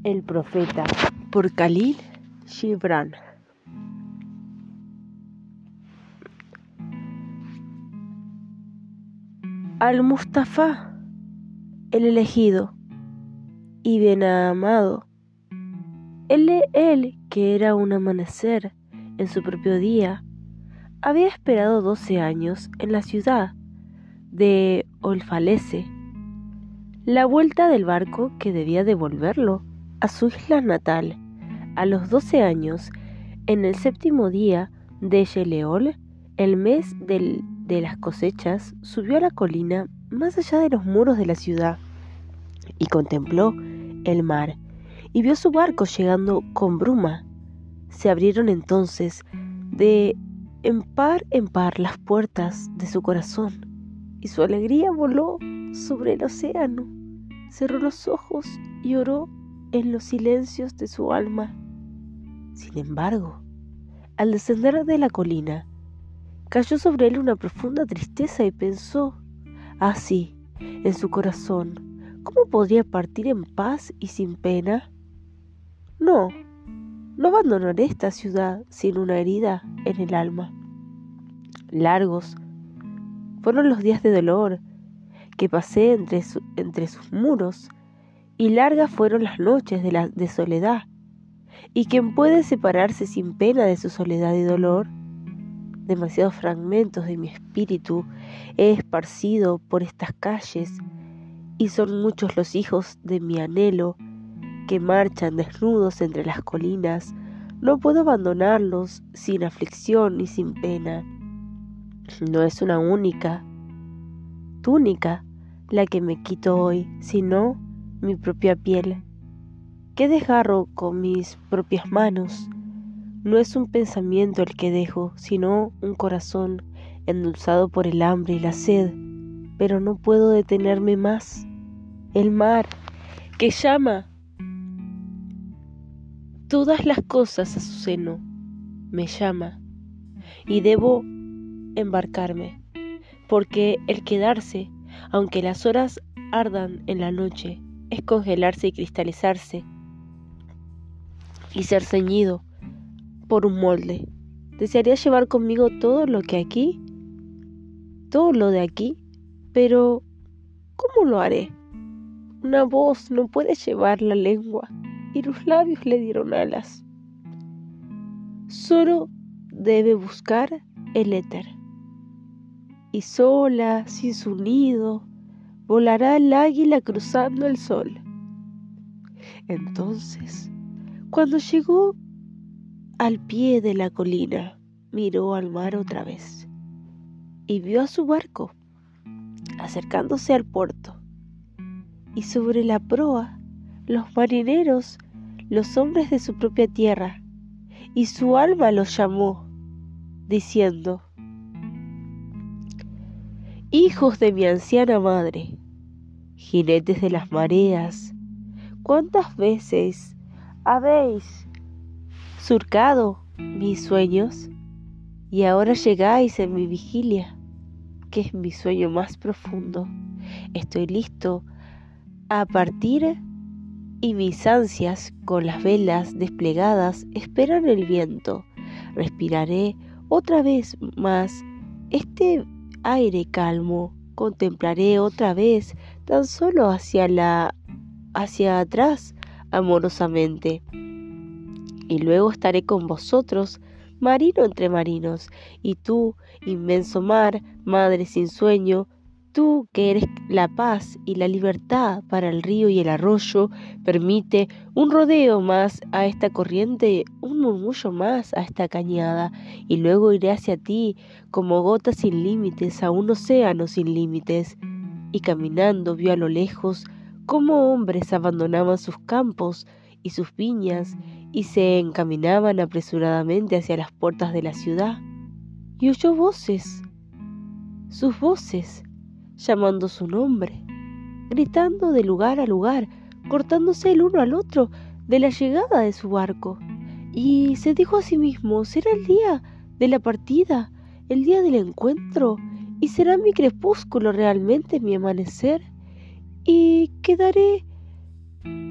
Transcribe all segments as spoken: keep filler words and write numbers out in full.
El profeta, por Khalil Gibran. Al-Mustafa, el elegido y bien amado, él, él que era un amanecer en su propio día, había esperado doce años en la ciudad de Olfalese, la vuelta del barco que debía devolverlo a su isla natal. A los doce años, en el séptimo día de Yeleol, el mes del, de las cosechas, subió a la colina más allá de los muros de la ciudad y contempló el mar y vio su barco llegando con bruma. Se abrieron entonces de en par en par las puertas de su corazón y su alegría voló sobre el océano. Cerró los ojos y oró en los silencios de su alma. Sin embargo, al descender de la colina, cayó sobre él una profunda tristeza y pensó así en su corazón: ¿cómo podría partir en paz y sin pena? No, no abandonaré esta ciudad sin una herida en el alma. Largos fueron los días de dolor que pasé entre, su, entre sus muros, y largas fueron las noches de, la, de soledad. ¿Y quién puede separarse sin pena de su soledad y dolor? Demasiados fragmentos de mi espíritu he esparcido por estas calles, y son muchos los hijos de mi anhelo que marchan desnudos entre las colinas. No puedo abandonarlos sin aflicción ni sin pena. No es una única túnica la que me quito hoy, sino mi propia piel, que desgarro con mis propias manos. No es un pensamiento el que dejo, sino un corazón endulzado por el hambre y la sed, pero no puedo detenerme más. El mar, que llama todas las cosas a su seno, me llama, y debo embarcarme, porque el quedarse, aunque las horas ardan en la noche, es congelarse y cristalizarse y ser ceñido por un molde. Desearía llevar conmigo todo lo que aquí, todo lo de aquí, pero ¿cómo lo haré? Una voz no puede llevar la lengua y los labios le dieron alas. Solo debe buscar el éter, y sola, sin su nido, volará el águila cruzando el sol. Entonces, cuando llegó al pie de la colina, miró al mar otra vez y vio a su barco acercándose al puerto, y sobre la proa los marineros, los hombres de su propia tierra, y su alma los llamó, diciendo: hijos de mi anciana madre, jinetes de las mareas, ¿cuántas veces habéis surcado mis sueños? Y ahora llegáis en mi vigilia, que es mi sueño más profundo. Estoy listo a partir, y mis ansias, con las velas desplegadas, esperan el viento. Respiraré otra vez más este aire calmo, contemplaré otra vez tan solo hacia la hacia atrás amorosamente, y luego estaré con vosotros, marino entre marinos, y tú, inmenso mar, madre sin sueño, tú que eres la paz y la libertad para el río y el arroyo, permite un rodeo más a esta corriente, un murmullo más a esta cañada, y luego iré hacia ti como gota sin límites a un océano sin límites. Y caminando vio a lo lejos cómo hombres abandonaban sus campos y sus viñas y se encaminaban apresuradamente hacia las puertas de la ciudad, y oyó voces, sus voces, llamando su nombre, gritando de lugar a lugar, cortándose el uno al otro de la llegada de su barco, y se dijo a sí mismo: será el día de la partida, el día del encuentro, y será mi crepúsculo realmente mi amanecer, y quedaré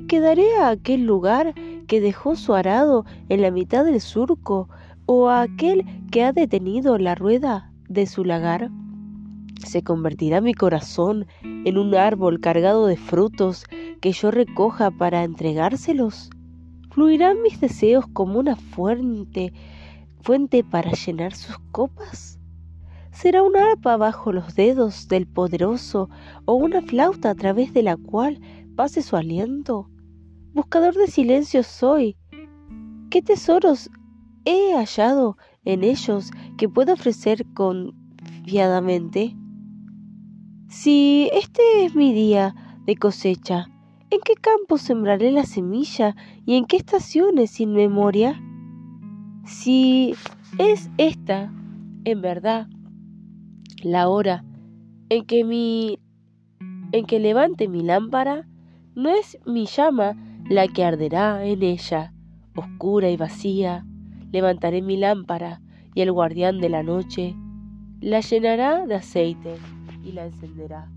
quedaré a aquel lugar que dejó su arado en la mitad del surco, o a aquel que ha detenido la rueda de su lagar? ¿Se convertirá mi corazón en un árbol cargado de frutos que yo recoja para entregárselos? ¿Fluirán mis deseos como una fuente, fuente para llenar sus copas? ¿Será un arpa bajo los dedos del poderoso, o una flauta a través de la cual pase su aliento? Buscador de silencio soy. ¿Qué tesoros he hallado en ellos que pueda ofrecer confiadamente? Si este es mi día de cosecha, ¿en qué campo sembraré la semilla y en qué estaciones sin memoria? Si es esta, en verdad, la hora en que mi en que levante mi lámpara, no es mi llama la que arderá en ella, oscura y vacía. Levantaré mi lámpara y el guardián de la noche la llenará de aceite y la encenderá.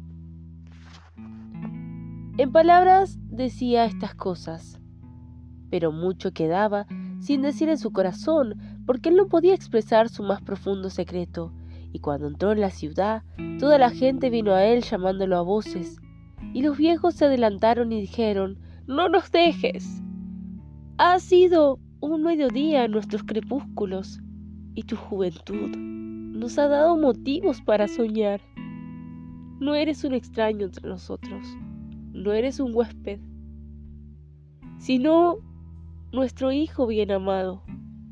En palabras decía estas cosas, pero mucho quedaba sin decir en su corazón, porque él no podía expresar su más profundo secreto. Y cuando entró en la ciudad, toda la gente vino a él llamándolo a voces, y los viejos se adelantaron y dijeron: «No nos dejes. Ha sido un mediodía en nuestros crepúsculos, y tu juventud nos ha dado motivos para soñar. No eres un extraño entre nosotros, no eres un huésped, sino nuestro hijo bien amado.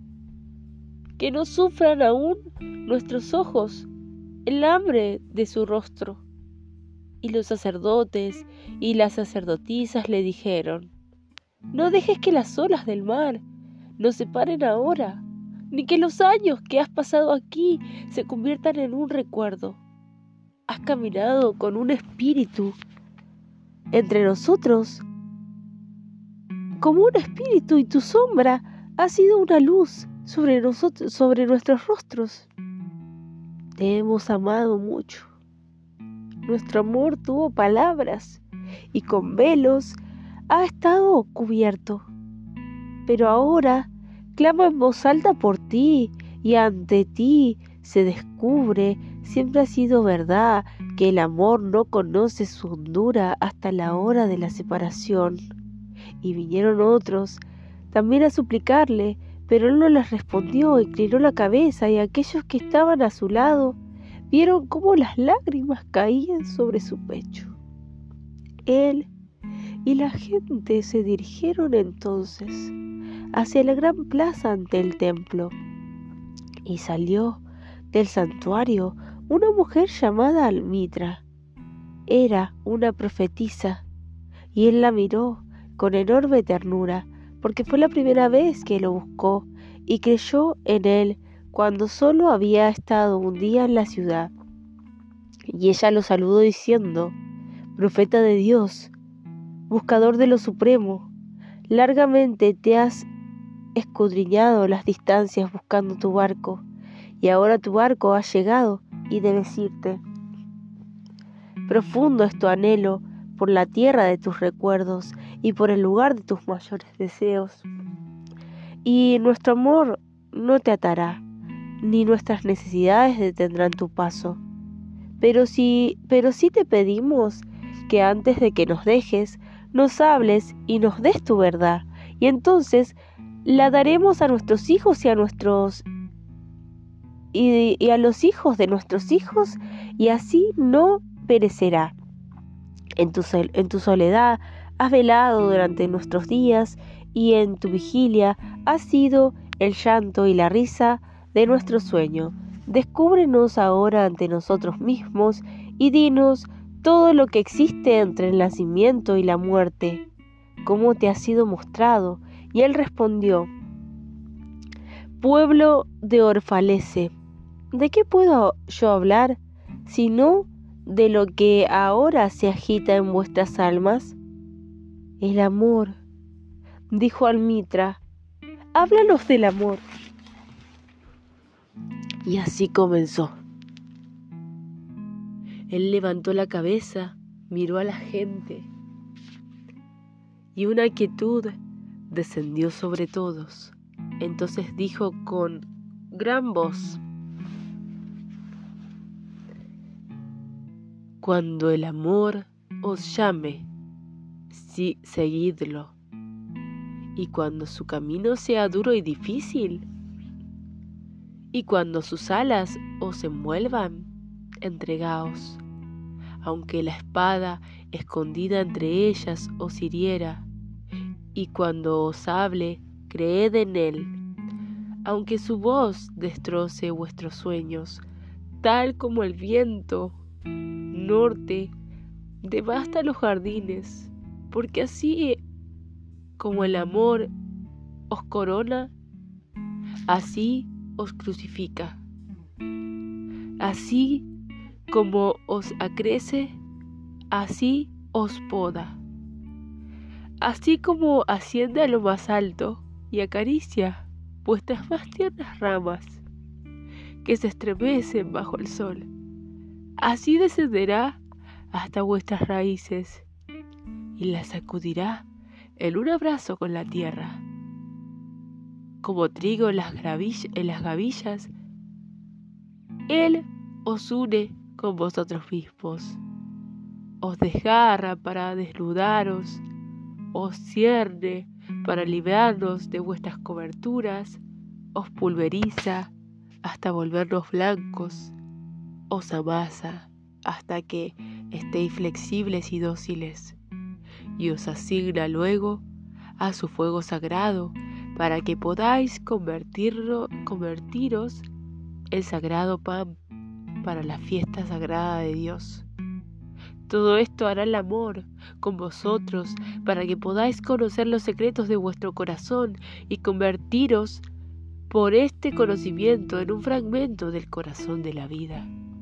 Que no sufran aún nuestros ojos el hambre de su rostro». Y los sacerdotes y las sacerdotisas le dijeron: «No dejes que las olas del mar nos separen ahora, ni que los años que has pasado aquí se conviertan en un recuerdo. Has caminado con un espíritu entre nosotros, como un espíritu, y tu sombra ha sido una luz sobre nosotros, sobre nuestros rostros. Te hemos amado mucho. Nuestro amor tuvo palabras y con velos ha estado cubierto. Pero ahora clama en voz alta por ti, y ante ti se descubre, siempre ha sido verdad, que el amor no conoce su hondura hasta la hora de la separación». Y vinieron otros también a suplicarle, pero él no les respondió, inclinó la cabeza, y aquellos que estaban a su lado vieron cómo las lágrimas caían sobre su pecho. Él y la gente se dirigieron entonces hacia la gran plaza ante el templo, y salió del santuario una mujer llamada Almitra. Era una profetisa, y él la miró con enorme ternura, porque fue la primera vez que lo buscó y creyó en él cuando solo había estado un día en la ciudad. Y ella lo saludó diciendo: «Profeta de Dios, buscador de lo supremo, largamente te has escudriñado las distancias buscando tu barco, y ahora tu barco ha llegado y debes irte. Profundo es tu anhelo por la tierra de tus recuerdos y por el lugar de tus mayores deseos. Y nuestro amor no te atará, ni nuestras necesidades detendrán tu paso. Pero sí, pero sí te pedimos que antes de que nos dejes, nos hables y nos des tu verdad, y entonces la daremos a nuestros hijos y a nuestros y, y a los hijos de nuestros hijos, y así no perecerá. En tu, en tu soledad has velado durante nuestros días, y en tu vigilia ha sido el llanto y la risa de nuestro sueño. Descúbrenos ahora ante nosotros mismos y dinos todo lo que existe entre el nacimiento y la muerte, cómo te ha sido mostrado». Y él respondió: «Pueblo de Orfalese, ¿de qué puedo yo hablar sino de lo que ahora se agita en vuestras almas? El amor», dijo Almitra. «Háblanos del amor». Y así comenzó. Él levantó la cabeza, miró a la gente y una quietud descendió sobre todos. Entonces dijo con gran voz: cuando el amor os llame, sí, seguidlo, y cuando su camino sea duro y difícil, y cuando sus alas os envuelvan, entregaos, aunque la espada escondida entre ellas os hiriera, y cuando os hable, creed en él, aunque su voz destroce vuestros sueños, tal como el viento norte devasta los jardines, porque así como el amor os corona, así os crucifica. Así como os acrece, así os poda. Así como asciende a lo más alto y acaricia vuestras más tiernas ramas, que se estremecen bajo el sol, así descenderá hasta vuestras raíces y las sacudirá en un abrazo con la tierra. Como trigo en las, gravill- en las gavillas, Él os une con vosotros mismos, os desgarra para desnudaros, os cierne para librarnos de vuestras coberturas, os pulveriza hasta volvernos blancos, os amasa hasta que estéis flexibles y dóciles, y os asigna luego a su fuego sagrado para que podáis convertirlo, convertiros en sagrado pan para la fiesta sagrada de Dios. Todo esto hará el amor con vosotros para que podáis conocer los secretos de vuestro corazón y convertiros por este conocimiento en un fragmento del corazón de la vida.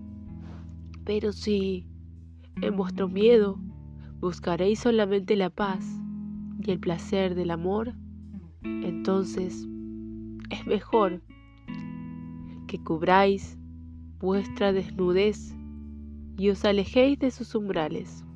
Pero si en vuestro miedo buscaréis solamente la paz y el placer del amor, entonces es mejor que cubráis vuestra desnudez y os alejéis de sus umbrales,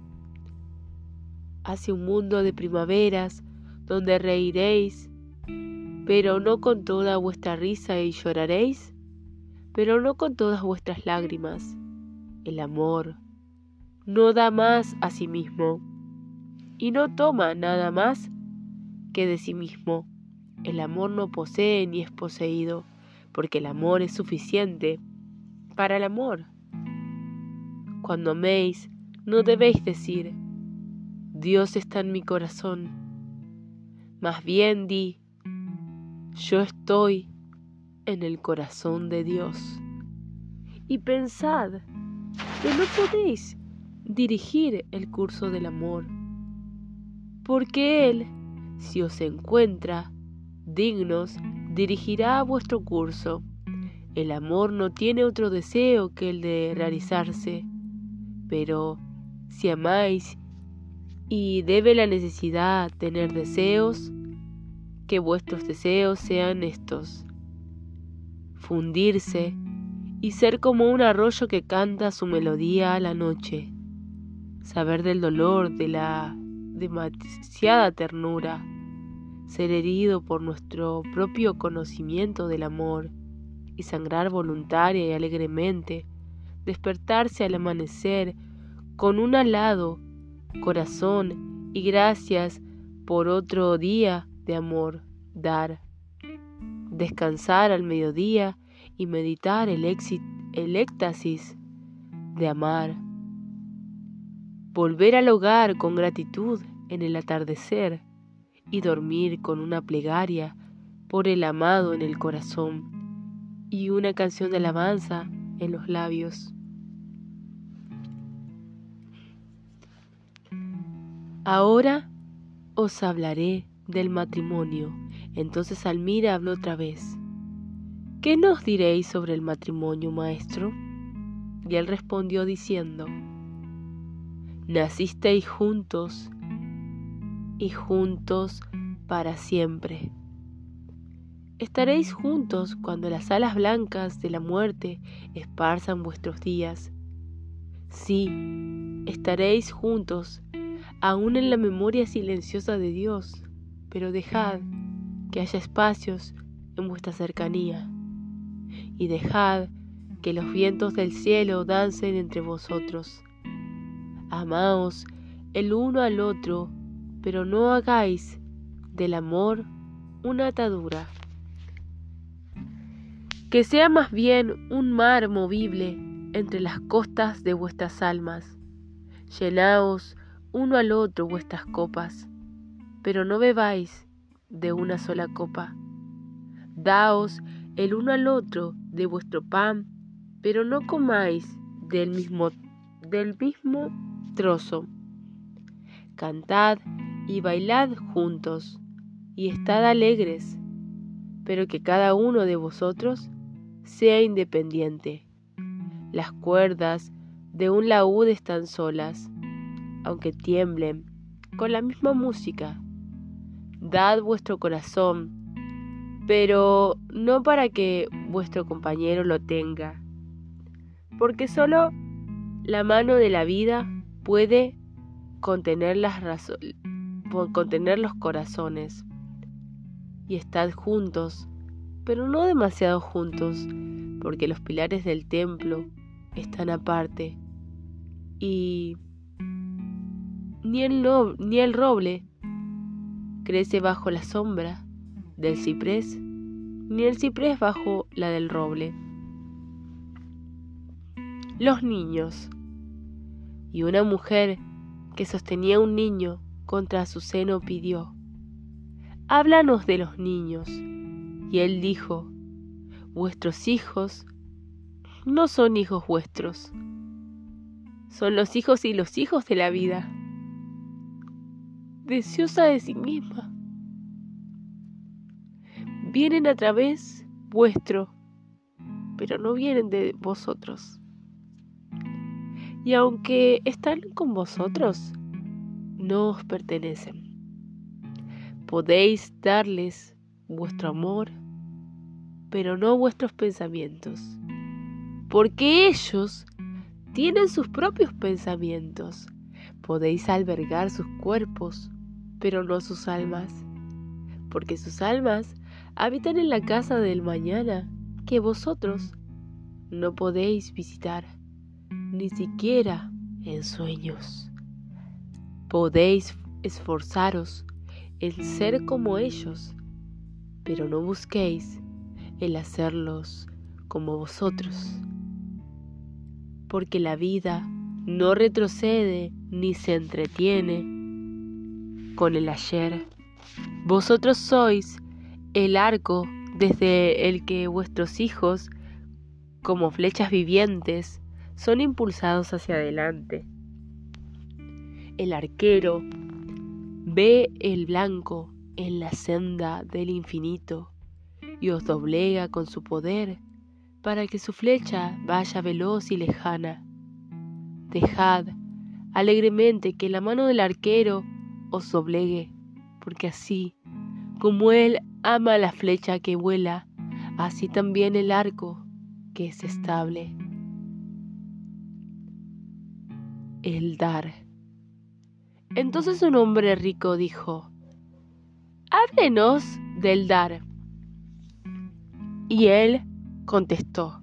hacia un mundo de primaveras donde reiréis, pero no con toda vuestra risa, y lloraréis, pero no con todas vuestras lágrimas. El amor no da más a sí mismo y no toma nada más que de sí mismo. El amor no posee ni es poseído, porque el amor es suficiente para el amor. Cuando améis, no debéis decir: Dios está en mi corazón. Más bien di: yo estoy en el corazón de Dios. Y pensad que no podéis dirigir el curso del amor, porque Él, si os encuentra dignos, dirigirá vuestro curso. El amor no tiene otro deseo que el de realizarse, pero si amáis y debe la necesidad tener deseos, que vuestros deseos sean estos: fundirse y ser como un arroyo que canta su melodía a la noche, saber del dolor de la demasiada ternura, ser herido por nuestro propio conocimiento del amor y sangrar voluntaria y alegremente, despertarse al amanecer con un alado corazón y gracias por otro día de amor dar, descansar al mediodía y meditar el, éxito, el éxtasis de amar, volver al hogar con gratitud en el atardecer y dormir con una plegaria por el amado en el corazón y una canción de alabanza en los labios. Ahora os hablaré del matrimonio. Entonces Almira habló otra vez. ¿Qué nos diréis sobre el matrimonio, maestro? Y él respondió diciendo: nacisteis juntos y juntos para siempre. Estaréis juntos cuando las alas blancas de la muerte esparzan vuestros días. Sí, estaréis juntos aún en la memoria silenciosa de Dios, pero dejad que haya espacios en vuestra cercanía, y dejad que los vientos del cielo dancen entre vosotros. Amaos el uno al otro, pero no hagáis del amor una atadura. Que sea más bien un mar movible entre las costas de vuestras almas. Llenaos uno al otro vuestras copas, pero no bebáis de una sola copa. Daos el uno al otro de vuestro pan, pero no comáis del mismo, del mismo trozo. Cantad y bailad juntos, y estad alegres, pero que cada uno de vosotros sea independiente. Las cuerdas de un laúd están solas, aunque tiemblen con la misma música. Dad vuestro corazón, pero no para que vuestro compañero lo tenga, porque solo la mano de la vida puede contener, las razo- contener los corazones. Y estad juntos, pero no demasiado juntos, porque los pilares del templo están aparte, y ni el, no, ni el roble crece bajo la sombra del ciprés, ni el ciprés bajo la del roble. Los niños. Y una mujer que sostenía un niño contra su seno pidió: háblanos de los niños. Y él dijo: vuestros hijos no son hijos vuestros, son los hijos y los hijos de la vida, deseosa de sí misma. Vienen a través vuestro, pero no vienen de vosotros. Y aunque están con vosotros, no os pertenecen. Podéis darles vuestro amor, pero no vuestros pensamientos, porque ellos tienen sus propios pensamientos. Podéis albergar sus cuerpos, pero no sus almas, porque sus almas habitan en la casa del mañana que vosotros no podéis visitar, ni siquiera en sueños. Podéis esforzaros en ser como ellos, pero no busquéis el hacerlos como vosotros, porque la vida no retrocede ni se entretiene con el ayer. Vosotros sois el arco desde el que vuestros hijos, como flechas vivientes, son impulsados hacia adelante. El arquero ve el blanco en la senda del infinito y os doblega con su poder para que su flecha vaya veloz y lejana. Dejad alegremente que la mano del arquero os doblegue, porque así como él ama la flecha que vuela, así también el arco que es estable. El dar. Entonces un hombre rico dijo: háblenos del dar. Y él contestó: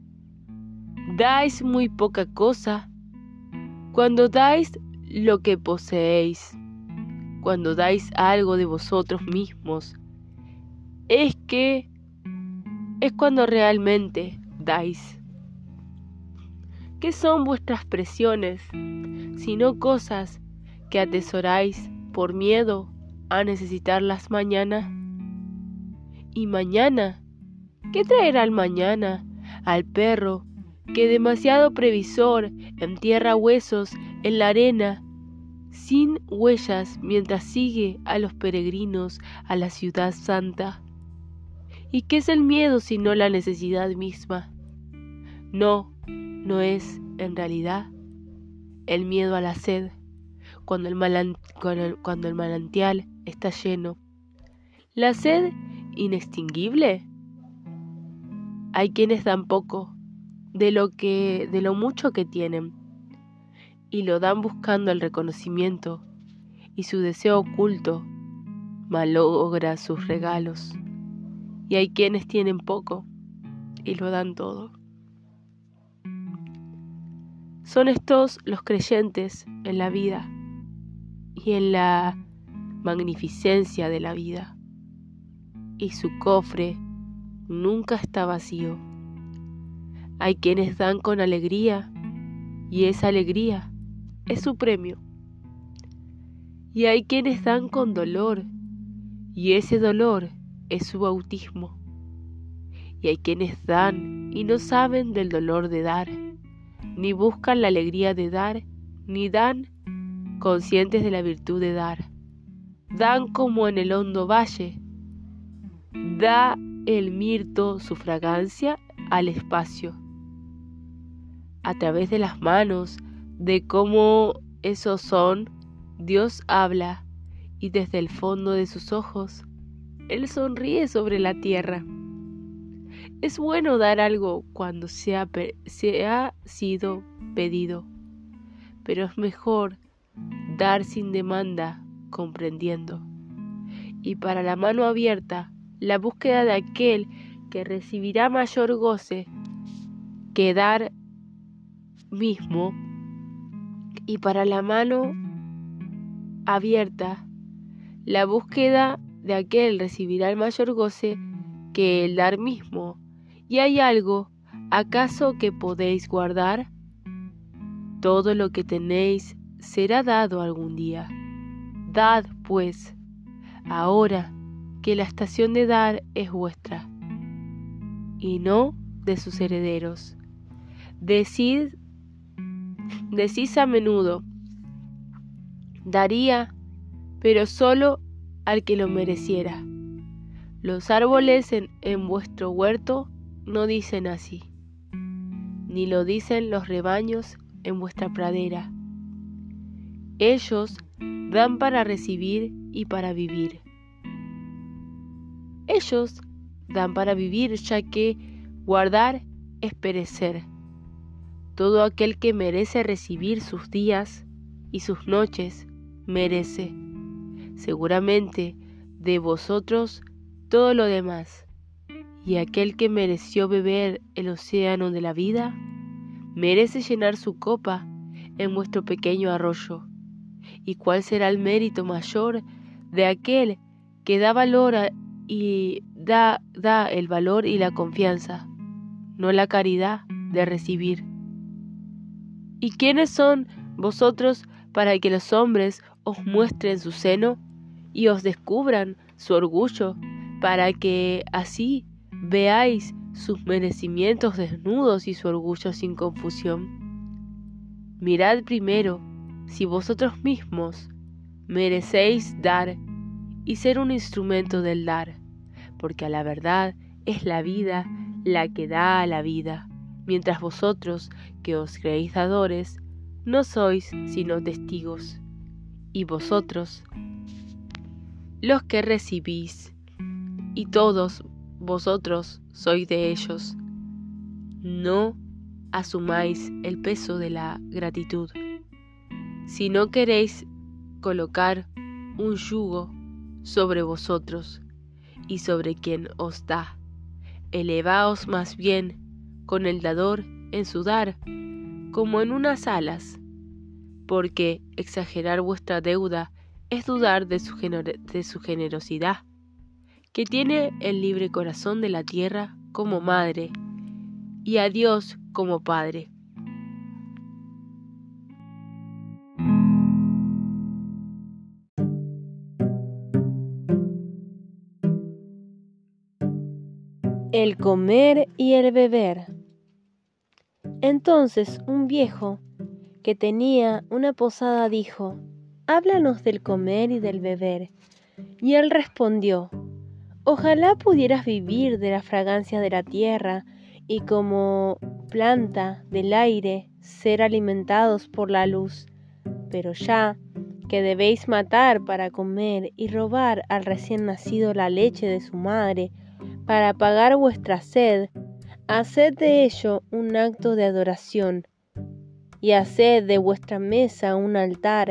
dais muy poca cosa cuando dais lo que poseéis. Cuando dais algo de vosotros mismos, es que es cuando realmente dais. ¿Qué son vuestras presiones, sino cosas que atesoráis por miedo a necesitarlas mañana? Y mañana, ¿qué traerá el mañana al perro que demasiado previsor entierra huesos en la arena sin huellas mientras sigue a los peregrinos a la ciudad santa? ¿Y qué es el miedo sino la necesidad misma? No, no es, en realidad, el miedo a la sed, cuando el, malan- cuando el, cuando el manantial está lleno. ¿La sed inextinguible? Hay quienes dan poco de lo que, de lo mucho que tienen, y lo dan buscando el reconocimiento y su deseo oculto malogra sus regalos. Y hay quienes tienen poco y lo dan todo. Son estos los creyentes en la vida y en la magnificencia de la vida. Y su cofre nunca está vacío. Hay quienes dan con alegría y esa alegría es su premio. Y hay quienes dan con dolor y ese dolor es su bautismo. Y hay quienes dan y no saben del dolor de dar, ni buscan la alegría de dar, ni dan conscientes de la virtud de dar. Dan como en el hondo valle, da el mirto su fragancia al espacio. A través de las manos, de cómo esos son, Dios habla y desde el fondo de sus ojos, Él sonríe sobre la tierra. Es bueno dar algo cuando se ha, se ha sido pedido, pero es mejor dar sin demanda, comprendiendo. Y para la mano abierta, la búsqueda de aquel que recibirá mayor goce que dar mismo. Y para la mano abierta, la búsqueda de aquel recibirá el mayor goce que el dar mismo. ¿Y hay algo, acaso, que podéis guardar? Todo lo que tenéis será dado algún día. Dad, pues, ahora que la estación de dar es vuestra, y no de sus herederos. Decid, decís a menudo, daría, pero solo al que lo mereciera. Los árboles en, en vuestro huerto no dicen así, ni lo dicen los rebaños en vuestra pradera. Ellos dan para recibir y para vivir. Ellos dan para vivir, ya que guardar es perecer. Todo aquel que merece recibir sus días y sus noches, merece, seguramente, de vosotros todo lo demás. Y aquel que mereció beber el océano de la vida, merece llenar su copa en vuestro pequeño arroyo. ¿Y cuál será el mérito mayor de aquel que da valor a, y da, da el valor y la confianza, no la caridad de recibir? ¿Y quiénes son vosotros para que los hombres os muestren su seno y os descubran su orgullo, para que así veáis sus merecimientos desnudos y su orgullo sin confusión? Mirad primero si vosotros mismos merecéis dar y ser un instrumento del dar, porque a la verdad es la vida la que da a la vida, mientras vosotros, que os creéis dadores, no sois sino testigos, y vosotros, los que recibís, y todos vosotros sois de ellos. No asumáis el peso de la gratitud. Si no queréis colocar un yugo sobre vosotros y sobre quien os da, elevaos más bien con el dador en su dar, como en unas alas, porque exagerar vuestra deuda es dudar de su, gener- de su generosidad, que tiene el libre corazón de la tierra como madre y a Dios como Padre. El comer y el beber. Entonces un viejo que tenía una posada dijo: «Háblanos del comer y del beber». Y él respondió: «Ojalá pudieras vivir de la fragancia de la tierra y como planta del aire ser alimentados por la luz. Pero ya que debéis matar para comer y robar al recién nacido la leche de su madre para apagar vuestra sed, haced de ello un acto de adoración, y haced de vuestra mesa un altar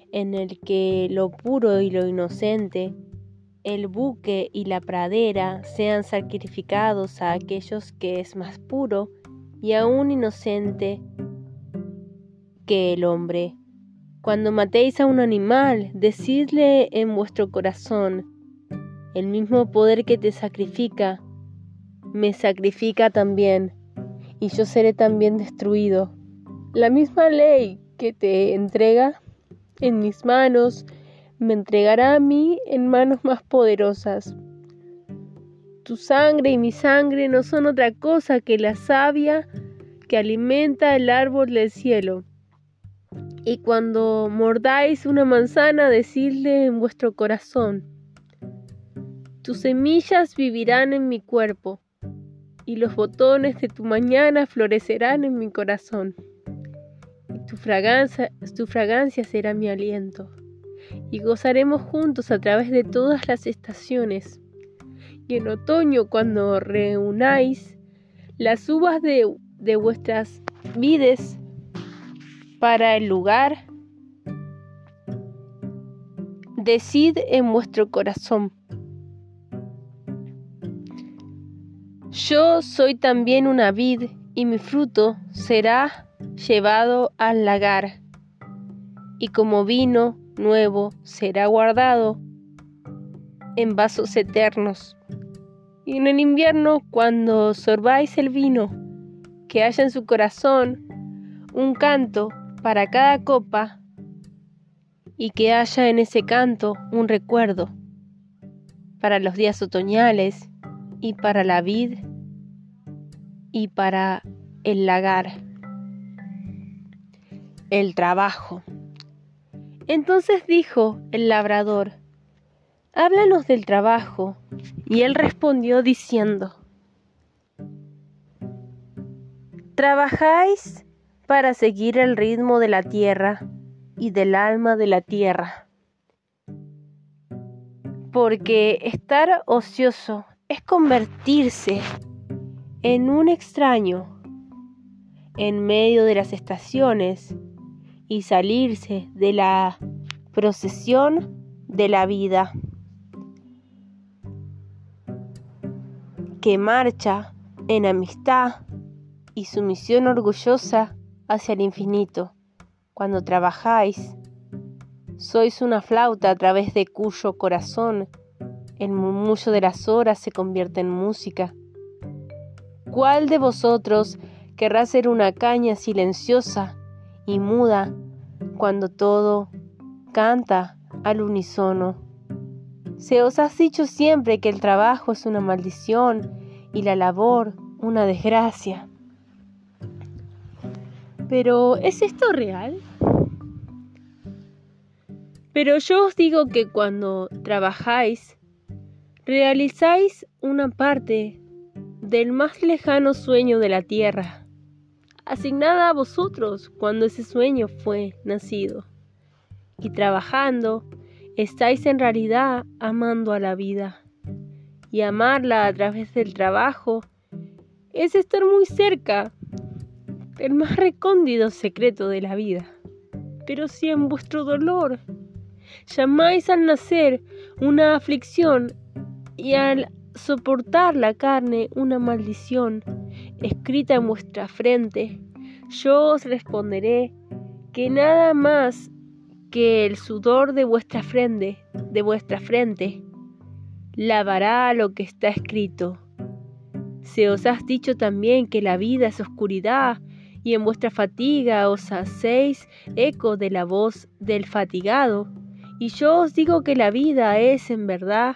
en el que lo puro y lo inocente, el buque y la pradera sean sacrificados a aquellos que es más puro y aún inocente que el hombre. Cuando matéis a un animal, decidle en vuestro corazón: el mismo poder que te sacrifica, me sacrifica también, y yo seré también destruido. La misma ley que te entrega en mis manos, me entregará a mí en manos más poderosas. Tu sangre y mi sangre no son otra cosa que la savia que alimenta el árbol del cielo. Y cuando mordáis una manzana, decidle en vuestro corazón: tus semillas vivirán en mi cuerpo, y los botones de tu mañana florecerán en mi corazón. Y tu fragancia, tu fragancia será mi aliento, y gozaremos juntos a través de todas las estaciones. Y en otoño, cuando reunáis las uvas de, de vuestras vides para el lugar, decid en vuestro corazón: yo soy también una vid, y mi fruto será llevado al lagar, y como vino nuevo será guardado en vasos eternos. Y en el invierno, cuando sorbáis el vino, que haya en su corazón un canto para cada copa, y que haya en ese canto un recuerdo para los días otoñales, y para la vid, y para el lagar, el trabajo. Entonces dijo el labrador: háblanos del trabajo. Y él respondió diciendo: trabajáis para seguir el ritmo de la tierra y del alma de la tierra, porque estar ocioso es convertirse en un extraño en medio de las estaciones y salirse de la procesión de la vida, que marcha en amistad y sumisión orgullosa hacia el infinito. Cuando trabajáis, sois una flauta a través de cuyo corazón el murmullo de las horas se convierte en música. ¿Cuál de vosotros querrá ser una caña silenciosa y muda cuando todo canta al unísono? Se os ha dicho siempre que el trabajo es una maldición y la labor una desgracia. ¿Pero es esto real? Pero yo os digo que cuando trabajáis, realizáis una parte del más lejano sueño de la tierra, asignada a vosotros cuando ese sueño fue nacido. Y trabajando, estáis en realidad amando a la vida. Y amarla a través del trabajo es estar muy cerca del más recóndito secreto de la vida. Pero si en vuestro dolor llamáis al nacer una aflicción y al soportar la carne una maldición escrita en vuestra frente, yo os responderé que nada más que el sudor de vuestra frente, de vuestra frente, lavará lo que está escrito. Se os ha dicho también que la vida es oscuridad, y en vuestra fatiga os hacéis eco de la voz del fatigado. Y yo os digo que la vida es en verdad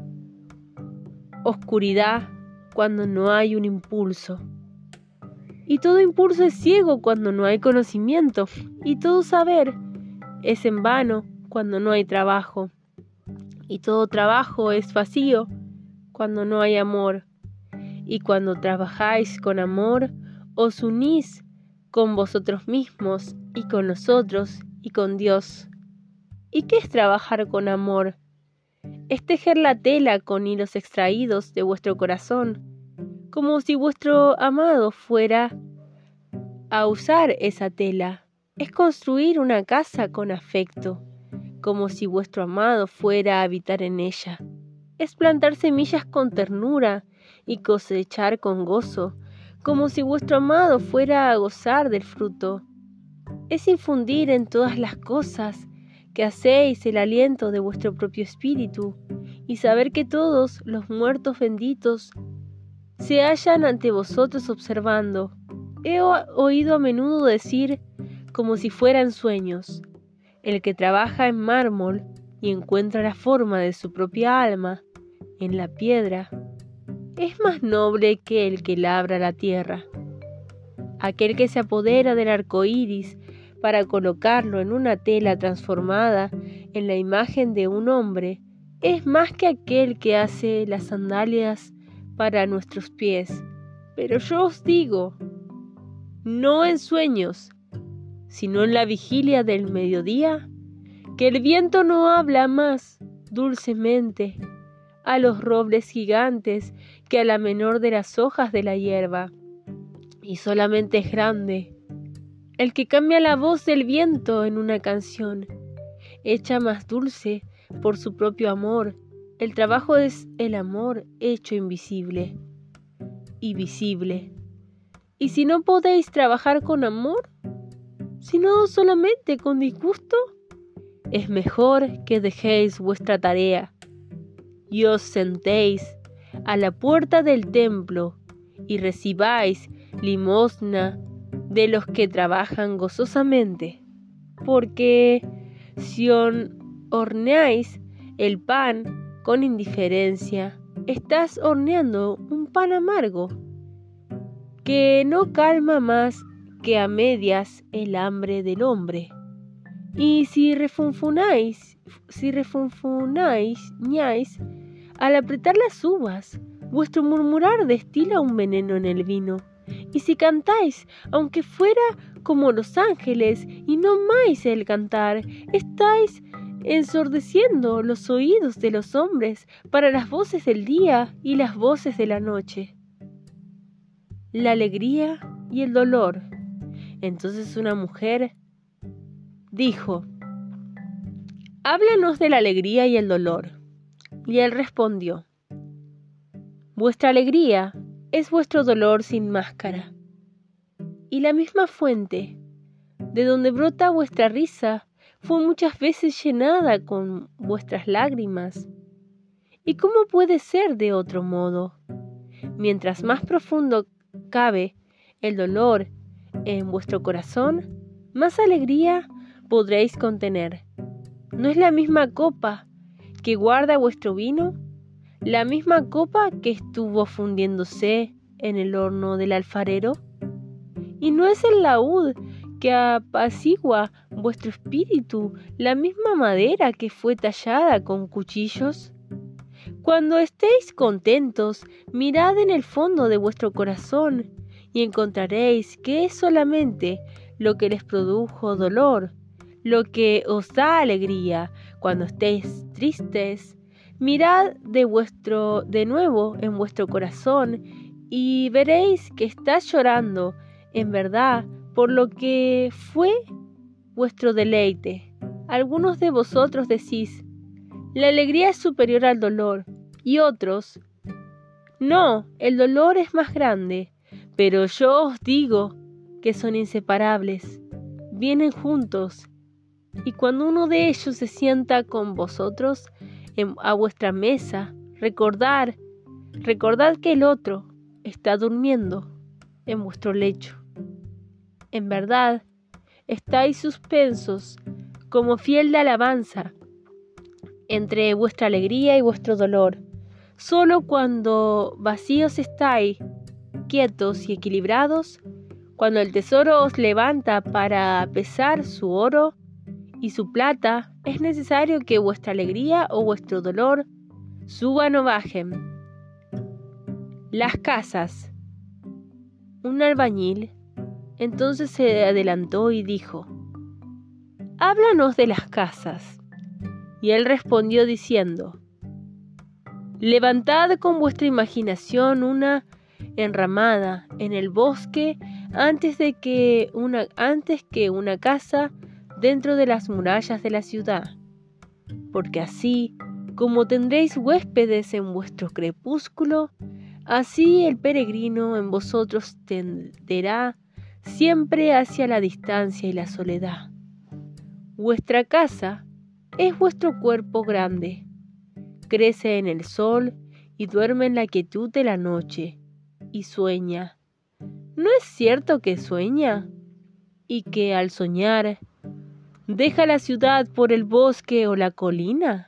oscuridad cuando no hay un impulso. Y todo impulso es ciego cuando no hay conocimiento, y todo saber es en vano cuando no hay trabajo. Y todo trabajo es vacío cuando no hay amor. Y cuando trabajáis con amor, os unís con vosotros mismos y con nosotros y con Dios. ¿Y qué es trabajar con amor? Es tejer la tela con hilos extraídos de vuestro corazón, como si vuestro amado fuera a usar esa tela. Es construir una casa con afecto, como si vuestro amado fuera a habitar en ella. Es plantar semillas con ternura y cosechar con gozo, como si vuestro amado fuera a gozar del fruto. Es infundir en todas las cosas que hacéis el aliento de vuestro propio espíritu, y saber que todos los muertos benditos se hallan ante vosotros observando. He oído a menudo decir, como si fueran sueños, el que trabaja en mármol y encuentra la forma de su propia alma en la piedra, es más noble que el que labra la tierra. Aquel que se apodera del arco iris para colocarlo en una tela transformada en la imagen de un hombre, es más que aquel que hace las sandalias para nuestros pies. Pero yo os digo, no en sueños, sino en la vigilia del mediodía, que el viento no habla más dulcemente a los robles gigantes que a la menor de las hojas de la hierba, y solamente es grande el que cambia la voz del viento en una canción, hecha más dulce por su propio amor. El trabajo es el amor hecho invisible y visible. Y si no podéis trabajar con amor, sino solamente con disgusto, es mejor que dejéis vuestra tarea y os sentéis a la puerta del templo y recibáis limosna de los que trabajan gozosamente, porque si horneáis el pan con indiferencia, estás horneando un pan amargo, que no calma más que a medias el hambre del hombre. Y si refunfunáis, si refunfunáis, ñáis, al apretar las uvas, vuestro murmurar destila un veneno en el vino. Y si cantáis, aunque fuera como los ángeles, y no amáis el cantar, estáis ensordeciendo los oídos de los hombres para las voces del día y las voces de la noche. La alegría y el dolor. Entonces una mujer dijo, háblanos de la alegría y el dolor. Y él respondió, vuestra alegría es vuestro dolor sin máscara, y la misma fuente de donde brota vuestra risa fue muchas veces llenada con vuestras lágrimas. ¿Y cómo puede ser de otro modo? Mientras más profundo cabe el dolor en vuestro corazón, más alegría podréis contener. ¿No es la misma copa que guarda vuestro vino? ¿La misma copa que estuvo fundiéndose en el horno del alfarero? ¿Y no es el laúd que apacigua vuestro espíritu la misma madera que fue tallada con cuchillos? Cuando estéis contentos, mirad en el fondo de vuestro corazón y encontraréis que es solamente lo que les produjo dolor, lo que os da alegría. Cuando estéis tristes, mirad de vuestro de nuevo en vuestro corazón y veréis que estáis llorando en verdad por lo que fue vuestro deleite. Algunos de vosotros decís, la alegría es superior al dolor, y otros, no, el dolor es más grande, pero yo os digo que son inseparables, vienen juntos, y cuando uno de ellos se sienta con vosotros en, a vuestra mesa, recordad, recordad que el otro está durmiendo en vuestro lecho. En verdad, estáis suspensos como fiel de alabanza entre vuestra alegría y vuestro dolor. Solo cuando vacíos estáis, quietos y equilibrados, cuando el tesoro os levanta para pesar su oro y su plata, es necesario que vuestra alegría o vuestro dolor suban o bajen. Las casas. Un albañil entonces se adelantó y dijo, háblanos de las casas. Y él respondió diciendo, levantad con vuestra imaginación una enramada en el bosque antes de que una, antes que una casa dentro de las murallas de la ciudad. porque así como tendréis huéspedes en vuestro crepúsculo, así el peregrino en vosotros tenderá siempre hacia la distancia y la soledad. Vuestra casa es vuestro cuerpo grande, crece en el sol y duerme en la quietud de la noche, y sueña. ¿No es cierto que sueña? Y que al soñar, deja la ciudad por el bosque o la colina.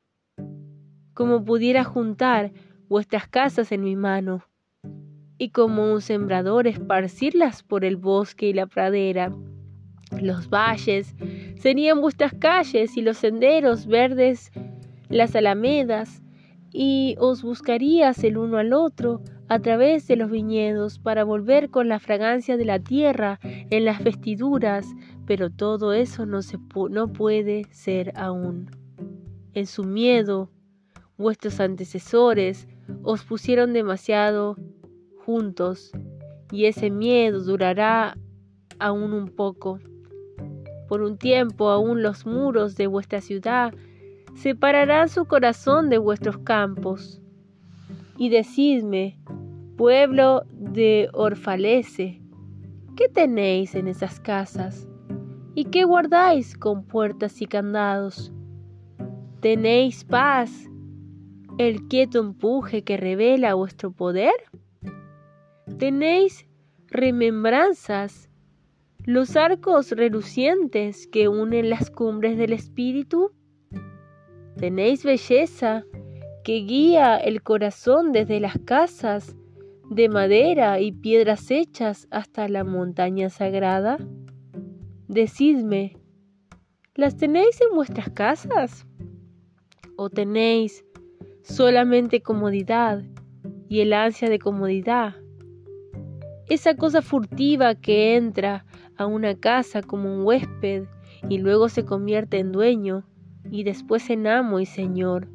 Como pudiera juntar vuestras casas en mi mano, y como un sembrador esparcirlas por el bosque y la pradera. Los valles serían vuestras calles y los senderos verdes las alamedas, y os buscarías el uno al otro a través de los viñedos para volver con la fragancia de la tierra en las vestiduras, pero todo eso no, se pu- no puede ser aún. En su miedo, vuestros antecesores os pusieron demasiado juntos, y ese miedo durará aún un poco. Por un tiempo aún los muros de vuestra ciudad separarán su corazón de vuestros campos. Y decidme, pueblo de Orfalese, ¿qué tenéis en esas casas? ¿Y qué guardáis con puertas y candados? ¿Tenéis paz, el quieto empuje que revela vuestro poder? ¿Tenéis remembranzas, los arcos relucientes que unen las cumbres del espíritu? ¿Tenéis belleza que guía el corazón desde las casas de madera y piedras hechas hasta la montaña sagrada? Decidme, ¿las tenéis en vuestras casas? ¿O tenéis solamente comodidad y el ansia de comodidad? Esa cosa furtiva que entra a una casa como un huésped y luego se convierte en dueño y después en amo y señor.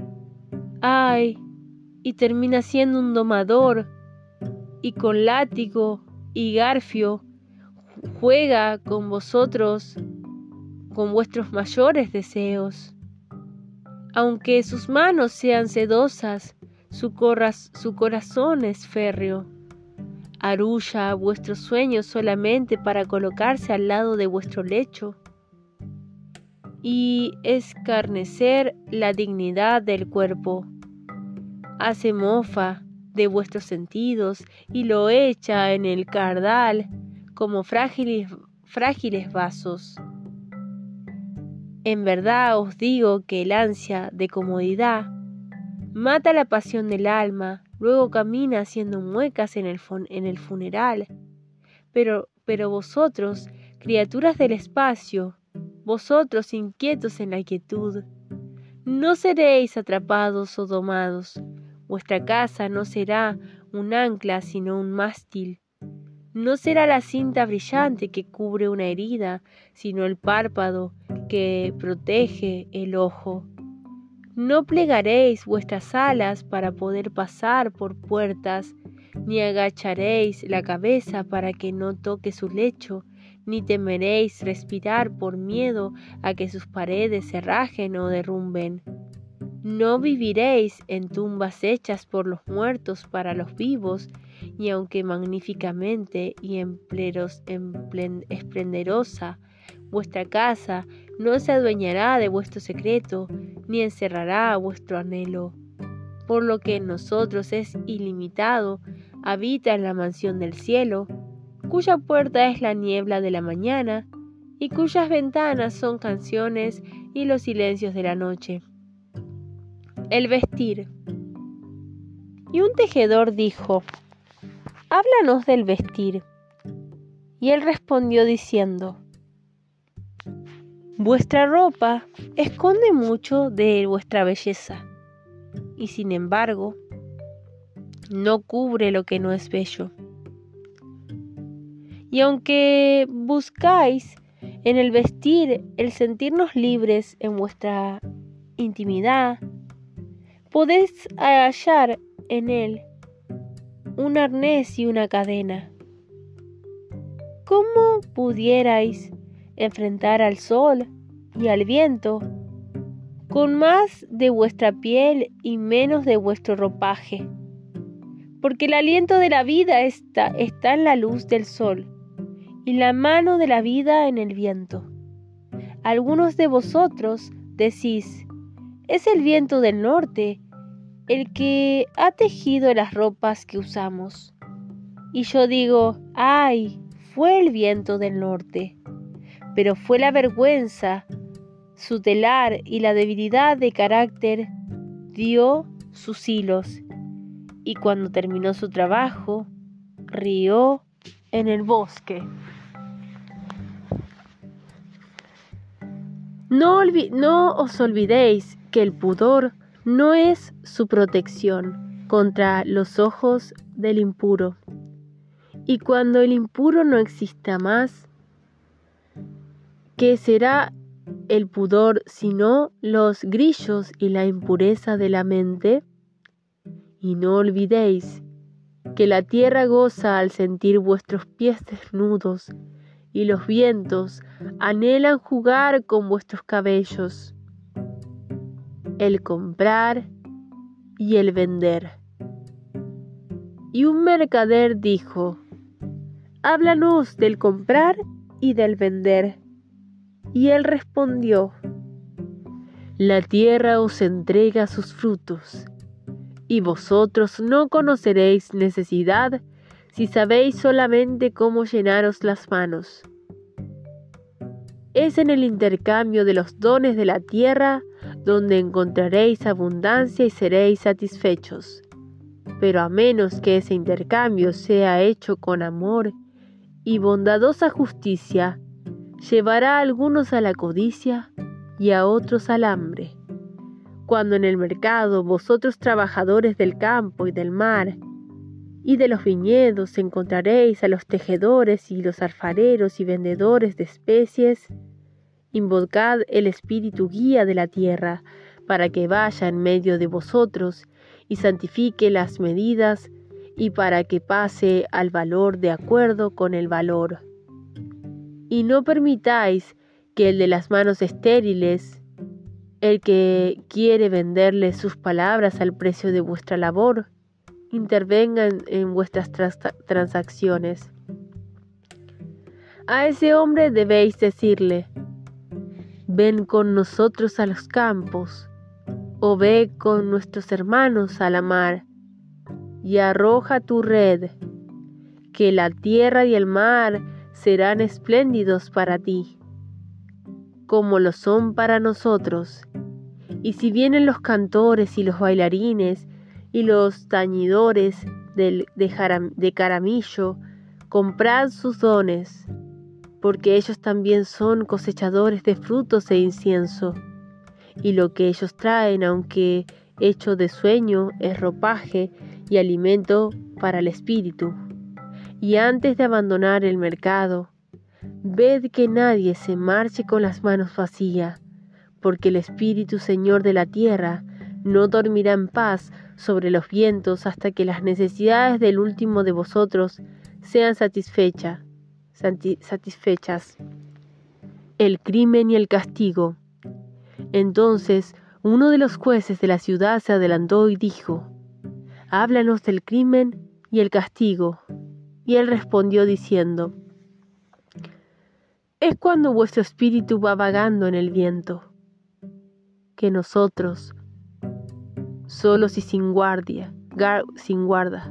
¡Ay! Y termina siendo un domador y con látigo y garfio juega con vosotros, con vuestros mayores deseos. Aunque sus manos sean sedosas, su, corras, su corazón es férreo. Arulla vuestros sueños solamente para colocarse al lado de vuestro lecho y escarnecer la dignidad del cuerpo. Hace mofa de vuestros sentidos y lo echa en el cardal como frágiles, frágiles vasos. En verdad os digo que el ansia de comodidad mata la pasión del alma, luego camina haciendo muecas en el, fun- en el funeral. Pero, pero vosotros, criaturas del espacio, vosotros inquietos en la quietud, no seréis atrapados o domados. Vuestra casa no será un ancla sino un mástil. No será la cinta brillante que cubre una herida, sino el párpado que protege el ojo. No plegaréis vuestras alas para poder pasar por puertas, ni agacharéis la cabeza para que no toque su lecho, ni temeréis respirar por miedo a que sus paredes se rajen o derrumben. No viviréis en tumbas hechas por los muertos para los vivos, y aunque magníficamente y empleros, emplen, esplenderosa vuestra casa no se adueñará de vuestro secreto, ni encerrará vuestro anhelo. Por lo que en nosotros es ilimitado, habita en la mansión del cielo, cuya puerta es la niebla de la mañana, y cuyas ventanas son canciones y los silencios de la noche. El vestir. Y un tejedor dijo: háblanos del vestir. Y él respondió diciendo: vuestra ropa esconde mucho de vuestra belleza, y sin embargo, no cubre lo que no es bello. Y aunque buscáis en el vestir el sentirnos libres en vuestra intimidad, podéis hallar en él un arnés y una cadena. ¿Cómo pudierais enfrentar al sol y al viento con más de vuestra piel y menos de vuestro ropaje. Porque el aliento de la vida está, está en la luz del sol, y la mano de la vida en el viento. Algunos de vosotros decís, es el viento del norte el que ha tejido las ropas que usamos. Y yo digo, ay, fue el viento del norte, pero fue la vergüenza, su telar y la debilidad de carácter dio sus hilos, y cuando terminó su trabajo, rió en el bosque. No, olvi- no os olvidéis que el pudor no es su protección contra los ojos del impuro. Y cuando el impuro no exista más, ¿qué será el pudor sino los grillos y la impureza de la mente? Y no olvidéis que la tierra goza al sentir vuestros pies desnudos, y los vientos anhelan jugar con vuestros cabellos. El comprar y el vender. Y un mercader dijo, háblanos del comprar y del vender. Y él respondió, la tierra os entrega sus frutos, y vosotros no conoceréis necesidad si sabéis solamente cómo llenaros las manos. Es en el intercambio de los dones de la tierra donde encontraréis abundancia y seréis satisfechos. Pero a menos que ese intercambio sea hecho con amor y bondadosa justicia, llevará a algunos a la codicia y a otros al hambre. Cuando en el mercado vosotros trabajadores del campo y del mar y de los viñedos encontraréis a los tejedores y los alfareros y vendedores de especies, invocad el espíritu guía de la tierra para que vaya en medio de vosotros y santifique las medidas y para que pase al valor de acuerdo con el valor. Y no permitáis que el de las manos estériles, el que quiere venderle sus palabras al precio de vuestra labor, intervenga en, en vuestras trans- transacciones. A ese hombre debéis decirle, ven con nosotros a los campos, o ve con nuestros hermanos a la mar, y arroja tu red, que la tierra y el mar serán espléndidos para ti, como lo son para nosotros. Y si vienen los cantores y los bailarines y los tañidores de, de, jaram, de caramillo, comprad sus dones, porque ellos también son cosechadores de frutos e incienso. Y lo que ellos traen, aunque hecho de sueño, es ropaje y alimento para el espíritu. Y antes de abandonar el mercado, ved que nadie se marche con las manos vacías, porque el Espíritu Señor de la tierra no dormirá en paz sobre los vientos hasta que las necesidades del último de vosotros sean satisfechas. satisfechas. El crimen y el castigo. Entonces uno de los jueces de la ciudad se adelantó y dijo, háblanos del crimen y el castigo. Y él respondió diciendo, es cuando vuestro espíritu va vagando en el viento, que nosotros, solos y sin guardia, gar, sin guarda,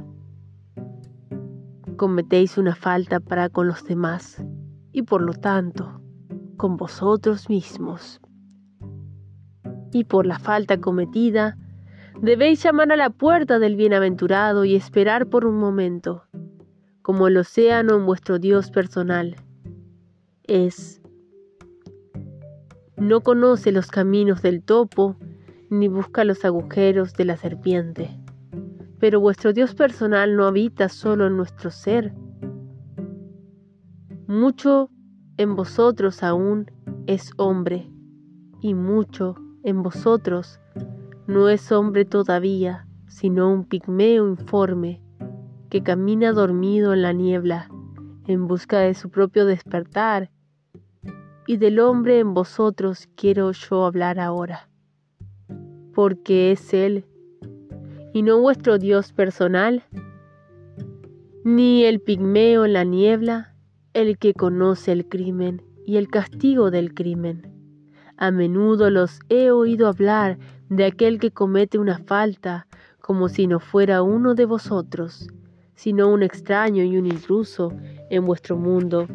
cometéis una falta para con los demás, y por lo tanto, con vosotros mismos. Y por la falta cometida, debéis llamar a la puerta del bienaventurado y esperar por un momento, como el océano en vuestro Dios personal. Es, no conoce los caminos del topo, ni busca los agujeros de la serpiente. Pero vuestro Dios personal no habita solo en nuestro ser. Mucho en vosotros aún es hombre, y mucho en vosotros no es hombre todavía, sino un pigmeo informe, que camina dormido en la niebla, en busca de su propio despertar, y del hombre en vosotros quiero yo hablar ahora. porque es Él, y no vuestro Dios personal, ni el pigmeo en la niebla, el que conoce el crimen y el castigo del crimen. A menudo los he oído hablar de aquel que comete una falta, como si no fuera uno de vosotros, sino un extraño y un intruso en vuestro mundo.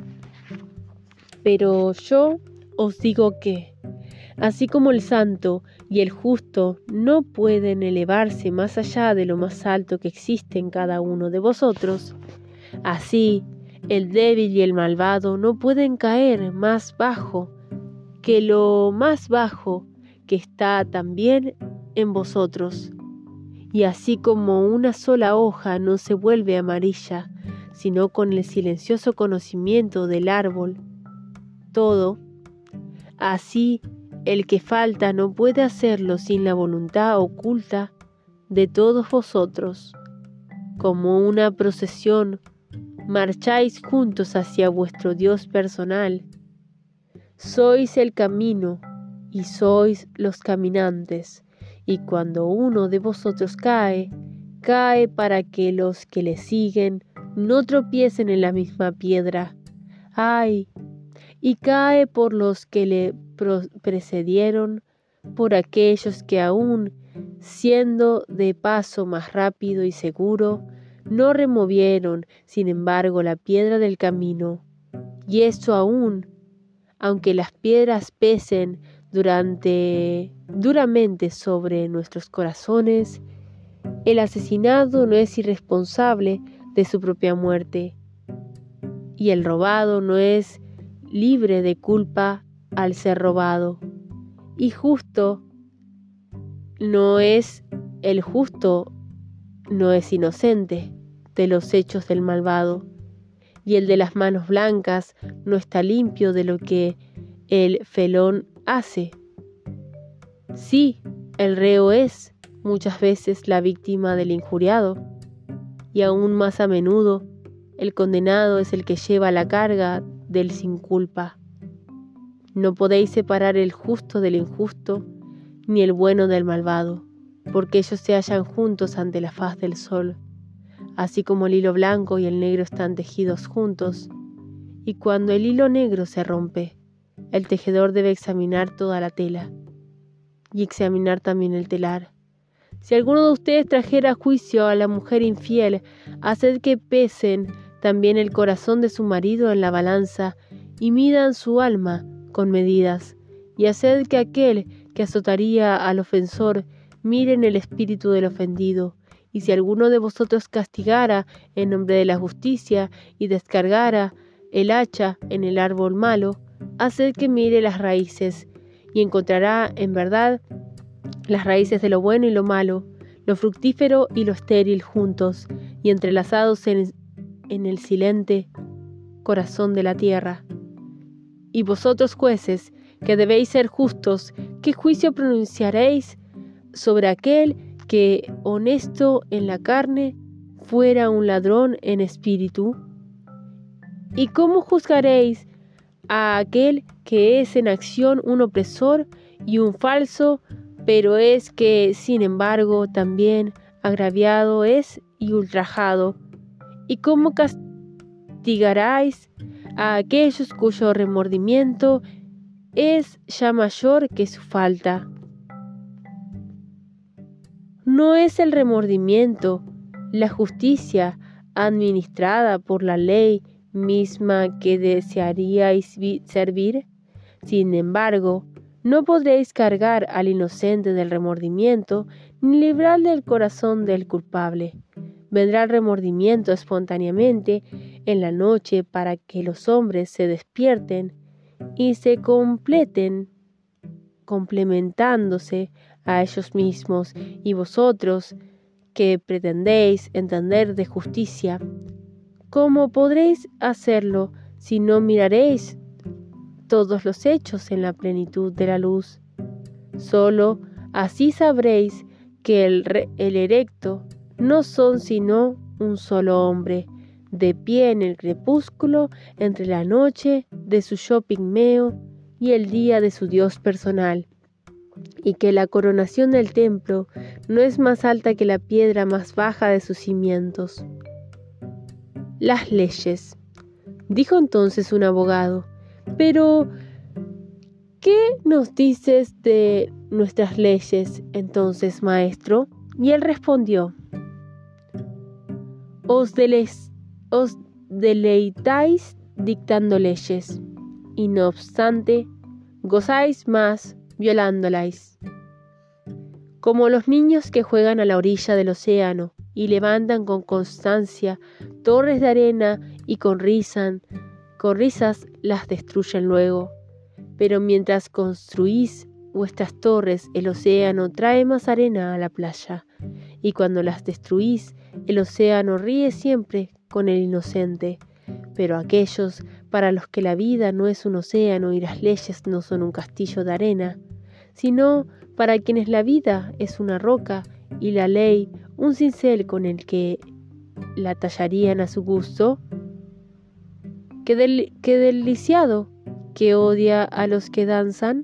Pero yo os digo que, así como el santo y el justo no pueden elevarse más allá de lo más alto que existe en cada uno de vosotros, así el débil y el malvado no pueden caer más bajo que lo más bajo que está también en vosotros. Y así como una sola hoja no se vuelve amarilla, sino con el silencioso conocimiento del árbol todo, así el que falta no puede hacerlo sin la voluntad oculta de todos vosotros. Como una procesión, marcháis juntos hacia vuestro Dios personal. Sois el camino y sois los caminantes, y cuando uno de vosotros cae, cae para que los que le siguen no tropiecen en la misma piedra. ¡Ay! Y cae por los que le precedieron, por aquellos que aún, siendo de paso más rápido y seguro, no removieron, sin embargo, la piedra del camino. Y esto aún, aunque las piedras pesen durante, duramente sobre nuestros corazones, el asesinado no es irresponsable de su propia muerte, y el robado no es libre de culpa al ser robado, y justo no es el justo, no es inocente de los hechos del malvado, y el de las manos blancas no está limpio de lo que el felón hace. Sí, el reo es muchas veces la víctima del injuriado, y aún más a menudo el condenado es el que lleva la carga del sin culpa. No podéis separar el justo del injusto, ni el bueno del malvado, porque ellos se hallan juntos ante la faz del sol, así como el hilo blanco y el negro están tejidos juntos. Y cuando el hilo negro se rompe, el tejedor debe examinar toda la tela, y examinar también el telar. Si alguno de ustedes trajera a juicio a la mujer infiel, haced que pesen también el corazón de su marido en la balanza, y midan su alma con medidas, y haced que aquel que azotaría al ofensor mire en el espíritu del ofendido. Y si alguno de vosotros castigara en nombre de la justicia y descargara el hacha en el árbol malo, haced que mire las raíces, y encontrará en verdad las raíces de lo bueno y lo malo, lo fructífero y lo estéril juntos, y entrelazados en, en el silente corazón de la tierra. Y vosotros, jueces, que debéis ser justos, ¿qué juicio pronunciaréis sobre aquel que, honesto en la carne, fuera un ladrón en espíritu? ¿Y cómo juzgaréis a aquel que es en acción un opresor y un falso, pero es que, sin embargo, también agraviado es y ultrajado? ¿Y cómo castigaréis a aquellos cuyo remordimiento es ya mayor que su falta? ¿No es el remordimiento la justicia administrada por la ley misma que desearíais servir? Sin embargo, no podréis cargar al inocente del remordimiento ni librar del corazón del culpable. Vendrá el remordimiento espontáneamente en la noche para que los hombres se despierten y se completen, complementándose a ellos mismos. Y vosotros, que pretendéis entender de justicia, ¿cómo podréis hacerlo si no miraréis todos los hechos en la plenitud de la luz? Solo así sabréis que el, re, el erecto no son sino un solo hombre, de pie en el crepúsculo entre la noche de su yo pigmeo y el día de su Dios personal. y que la coronación del templo no es más alta que la piedra más baja de sus cimientos. Las leyes. Dijo entonces un abogado, pero ¿qué nos dices de nuestras leyes entonces, maestro? Y él respondió, os, dele- os deleitáis dictando leyes, y no obstante, gozáis más violándolas. Como los niños que juegan a la orilla del océano y levantan con constancia torres de arena y con, risan, con risas las destruyen luego. Pero mientras construís vuestras torres, el océano trae más arena a la playa, y cuando las destruís, el océano ríe siempre con el inocente. Pero aquellos para los que la vida no es un océano y las leyes no son un castillo de arena, sino para quienes la vida es una roca y la ley un cincel con el que la tallarían a su gusto, qué, del, qué deliciado que odia a los que danzan.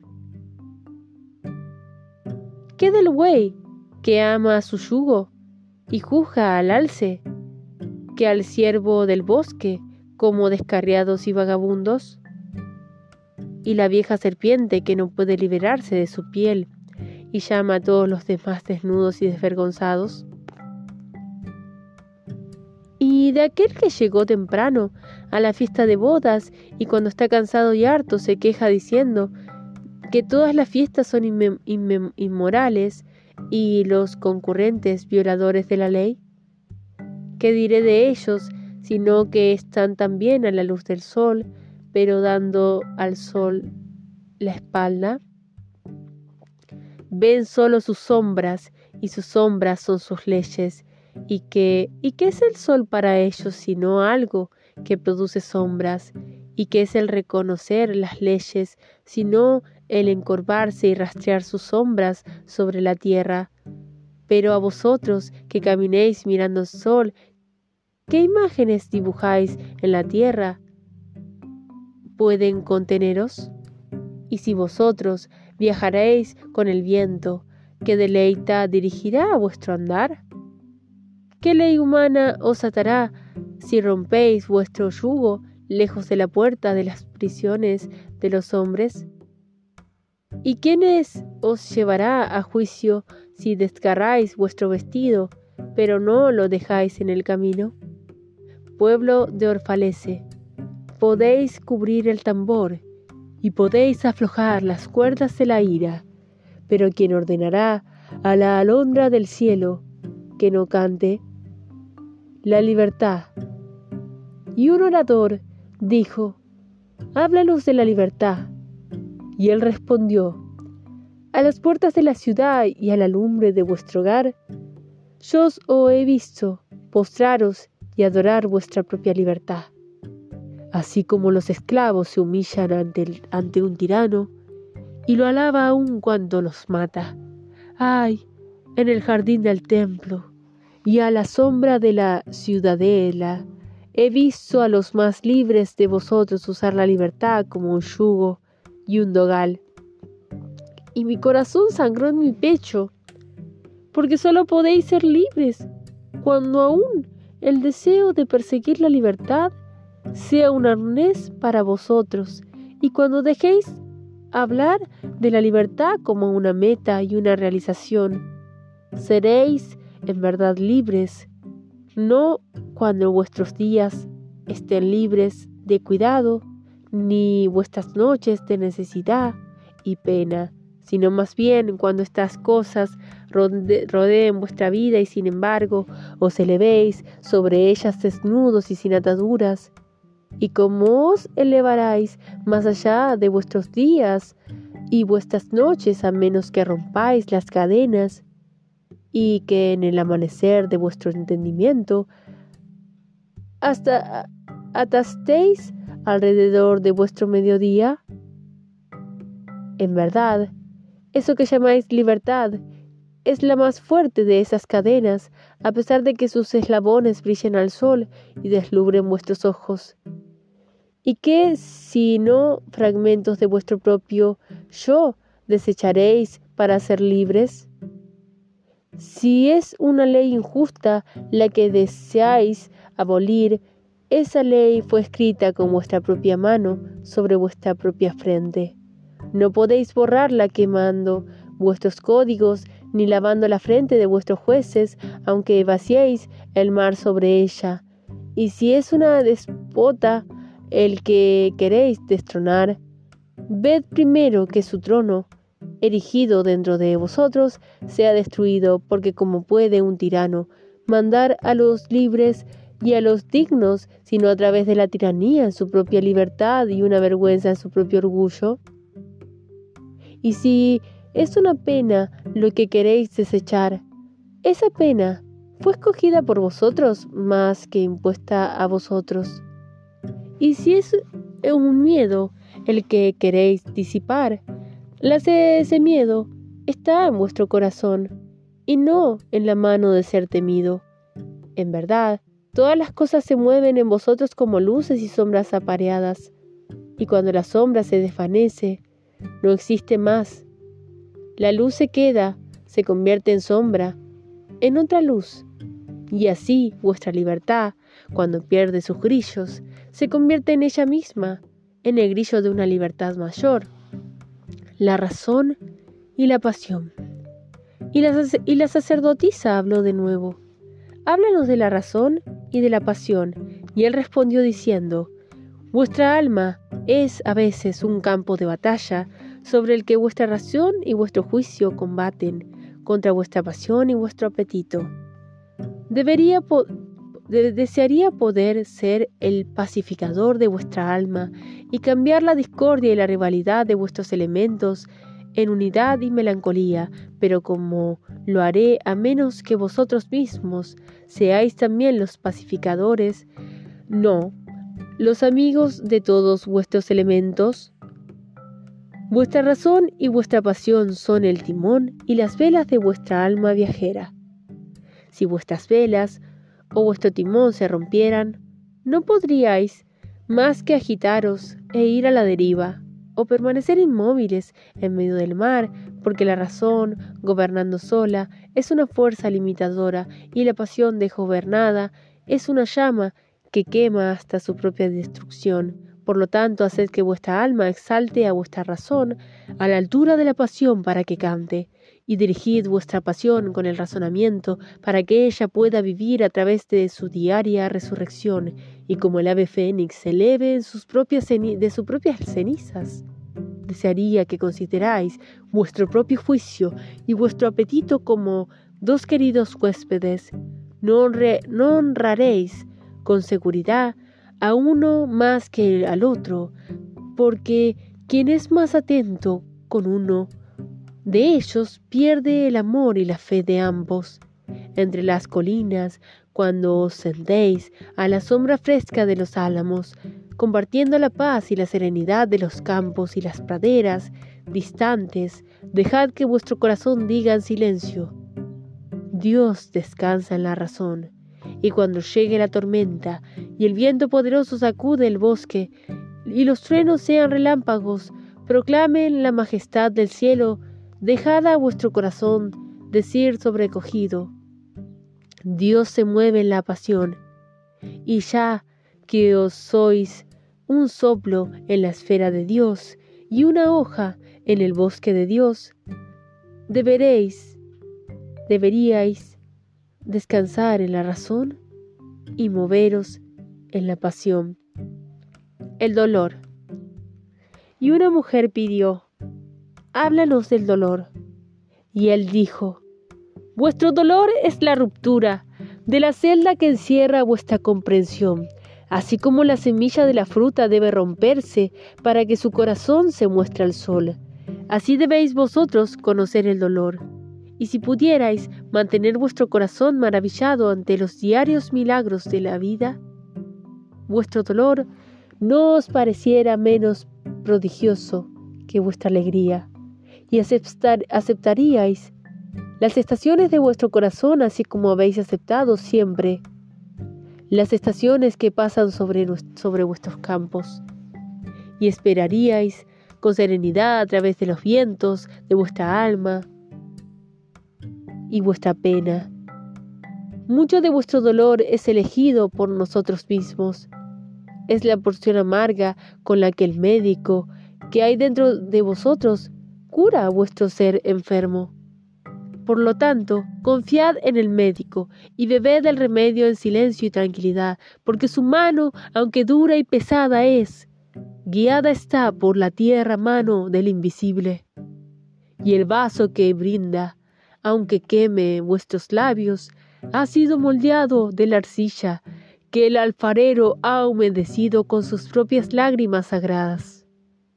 ¿Qué del buey que ama a su yugo y juzga al alce, que al ciervo del bosque como descarriados y vagabundos? Y la vieja serpiente que no puede liberarse de su piel y llama a todos los demás desnudos y desvergonzados. Y de aquel que llegó temprano a la fiesta de bodas y cuando está cansado y harto se queja diciendo que todas las fiestas son inme- inme- inmorales y los concurrentes violadores de la ley. ¿Qué diré de ellos, sino que están también a la luz del sol, pero dando al sol la espalda? Ven solo sus sombras, y sus sombras son sus leyes. ¿Y qué, y qué es el sol para ellos, sino algo que produce sombras? ¿Y qué es el reconocer las leyes, sino el encorvarse y rastrear sus sombras sobre la tierra? Pero a vosotros, que caminéis mirando el sol, ¿qué imágenes dibujáis en la tierra? ¿Pueden conteneros? Y si vosotros viajaréis con el viento, ¿qué deleita dirigirá a vuestro andar? ¿Qué ley humana os atará si rompéis vuestro yugo lejos de la puerta de las prisiones de los hombres? ¿Y quiénes os llevará a juicio si desgarráis vuestro vestido, pero no lo dejáis en el camino? Pueblo de Orfalece, podéis cubrir el tambor y podéis aflojar las cuerdas de la ira, pero ¿quién ordenará a la alondra del cielo que no cante? La libertad. Y un orador dijo, háblanos de la libertad. Y él respondió, a las puertas de la ciudad y a la lumbre de vuestro hogar, yo os he visto postraros y adorar vuestra propia libertad. Así como los esclavos se humillan ante, el, ante un tirano y lo alaba aún cuando los mata. ¡Ay! En el jardín del templo y a la sombra de la ciudadela he visto a los más libres de vosotros usar la libertad como un yugo y un dogal. Y mi corazón sangró en mi pecho, porque solo podéis ser libres cuando aún el deseo de perseguir la libertad sea un arnés para vosotros, y cuando dejéis hablar de la libertad como una meta y una realización, seréis en verdad libres, no cuando vuestros días estén libres de cuidado, ni vuestras noches de necesidad y pena, sino más bien cuando estas cosas rode- rodeen vuestra vida y sin embargo os elevéis sobre ellas desnudos y sin ataduras. Y como os elevaréis más allá de vuestros días y vuestras noches, a menos que rompáis las cadenas, y que en el amanecer de vuestro entendimiento hasta atastéis alrededor de vuestro mediodía. En verdad, eso que llamáis libertad es la más fuerte de esas cadenas, a pesar de que sus eslabones brillen al sol y deslumbren vuestros ojos. ¿Y qué si no fragmentos de vuestro propio yo desecharéis para ser libres? Si es una ley injusta la que deseáis abolir, esa ley fue escrita con vuestra propia mano sobre vuestra propia frente. No podéis borrarla quemando vuestros códigos ni lavando la frente de vuestros jueces, aunque vaciéis el mar sobre ella. Y si es una despota el que queréis destronar, ved primero que su trono, erigido dentro de vosotros, sea destruido, porque como puede un tirano mandar a los libres y a los dignos, sino a través de la tiranía en su propia libertad y una vergüenza en su propio orgullo? Y si es una pena lo que queréis desechar, esa pena fue escogida por vosotros más que impuesta a vosotros. Y si es un miedo el que queréis disipar, ese miedo está en vuestro corazón y no en la mano de ser temido. En verdad, todas las cosas se mueven en vosotros como luces y sombras apareadas, y cuando la sombra se desvanece, no existe más. La luz se queda, se convierte en sombra, en otra luz, y así vuestra libertad, cuando pierde sus grillos, se convierte en ella misma, en el grillo de una libertad mayor, la razón y la pasión. Y la, y la sacerdotisa habló de nuevo: háblanos de la razón y de la pasión. Y él respondió diciendo: vuestra alma es a veces un campo de batalla sobre el que vuestra razón y vuestro juicio combaten contra vuestra pasión y vuestro apetito. Debería po- de- desearía poder ser el pacificador de vuestra alma y cambiar la discordia y la rivalidad de vuestros elementos en unidad y melancolía, pero como lo haré a menos que vosotros mismos seáis también los pacificadores, no, los amigos de todos vuestros elementos. Vuestra razón y vuestra pasión son el timón y las velas de vuestra alma viajera. Si vuestras velas o vuestro timón se rompieran, no podríais más que agitaros e ir a la deriva, o permanecer inmóviles en medio del mar, porque la razón, gobernando sola, es una fuerza limitadora, y la pasión desgobernada es una llama que quema hasta su propia destrucción. Por lo tanto, haced que vuestra alma exalte a vuestra razón a la altura de la pasión para que cante, y dirigid vuestra pasión con el razonamiento para que ella pueda vivir a través de su diaria resurrección, y como el ave fénix se eleve en sus propias ceni- de sus propias cenizas. Desearía que consideráis vuestro propio juicio y vuestro apetito como dos queridos huéspedes. No, honre, no honraréis con seguridad a uno más que al otro, porque quien es más atento con uno de ellos pierde el amor y la fe de ambos. Entre las colinas, cuando os sentéis a la sombra fresca de los álamos, compartiendo la paz y la serenidad de los campos y las praderas distantes, dejad que vuestro corazón diga en silencio: Dios descansa en la razón. Y cuando llegue la tormenta y el viento poderoso sacude el bosque y los truenos sean relámpagos, proclamen la majestad del cielo, dejad a vuestro corazón decir sobrecogido: Dios se mueve en la pasión. Y ya que os sois un soplo en la esfera de Dios y una hoja en el bosque de Dios, deberéis, deberíais descansar en la razón y moveros en la pasión. El dolor. Y una mujer pidió: háblanos del dolor. Y él dijo: vuestro dolor es la ruptura de la celda que encierra vuestra comprensión, así como la semilla de la fruta debe romperse para que su corazón se muestre al sol. Así debéis vosotros conocer el dolor. Y si pudierais mantener vuestro corazón maravillado ante los diarios milagros de la vida, vuestro dolor no os pareciera menos prodigioso que vuestra alegría, y aceptar, aceptaríais las estaciones de vuestro corazón, así como habéis aceptado siempre las estaciones que pasan sobre, sobre vuestros campos, y esperaríais con serenidad a través de los vientos de vuestra alma y vuestra pena. Mucho de vuestro dolor es elegido por nosotros mismos. Es la porción amarga con la que el médico que hay dentro de vosotros cura a vuestro ser enfermo. Por lo tanto, confiad en el médico y bebed el remedio en silencio y tranquilidad, porque su mano, aunque dura y pesada es, guiada está por la tierra mano del invisible. Y el vaso que brinda, aunque queme vuestros labios, ha sido moldeado de la arcilla que el alfarero ha humedecido con sus propias lágrimas sagradas.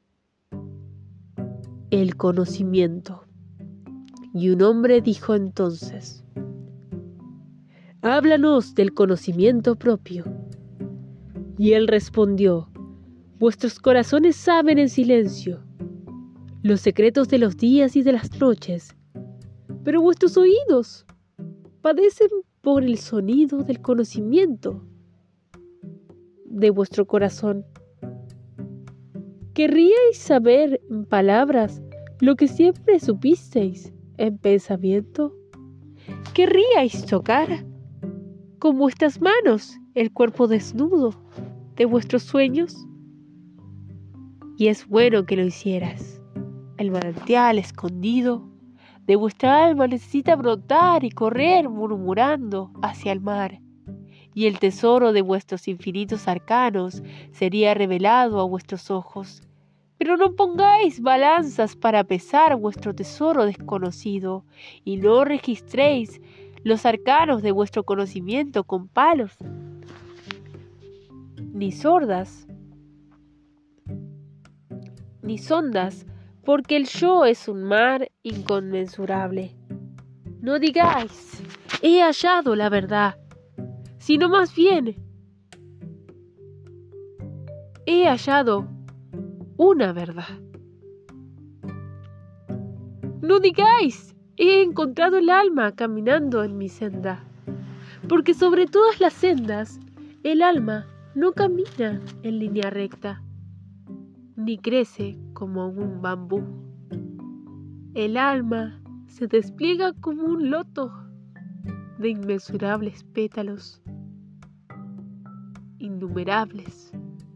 El conocimiento. Y un hombre dijo entonces: háblanos del conocimiento propio. Y él respondió: vuestros corazones saben en silencio los secretos de los días y de las noches, pero vuestros oídos padecen por el sonido del conocimiento de vuestro corazón. ¿Querríais saber en palabras lo que siempre supisteis en pensamiento? ¿Querríais tocar con vuestras manos el cuerpo desnudo de vuestros sueños? Y es bueno que lo hicieras. El manantial escondido de vuestra alma necesita brotar y correr murmurando hacia el mar, y el tesoro de vuestros infinitos arcanos sería revelado a vuestros ojos. Pero no pongáis balanzas para pesar vuestro tesoro desconocido, y no registréis los arcanos de vuestro conocimiento con palos, ni sordas, ni sondas, porque el yo es un mar inconmensurable. No digáis, he hallado la verdad, sino más bien, he hallado una verdad. No digáis, he encontrado el alma caminando en mi senda, porque sobre todas las sendas el alma no camina en línea recta, ni crece como un bambú. El alma se despliega como un loto de inmensurables pétalos, innumerables.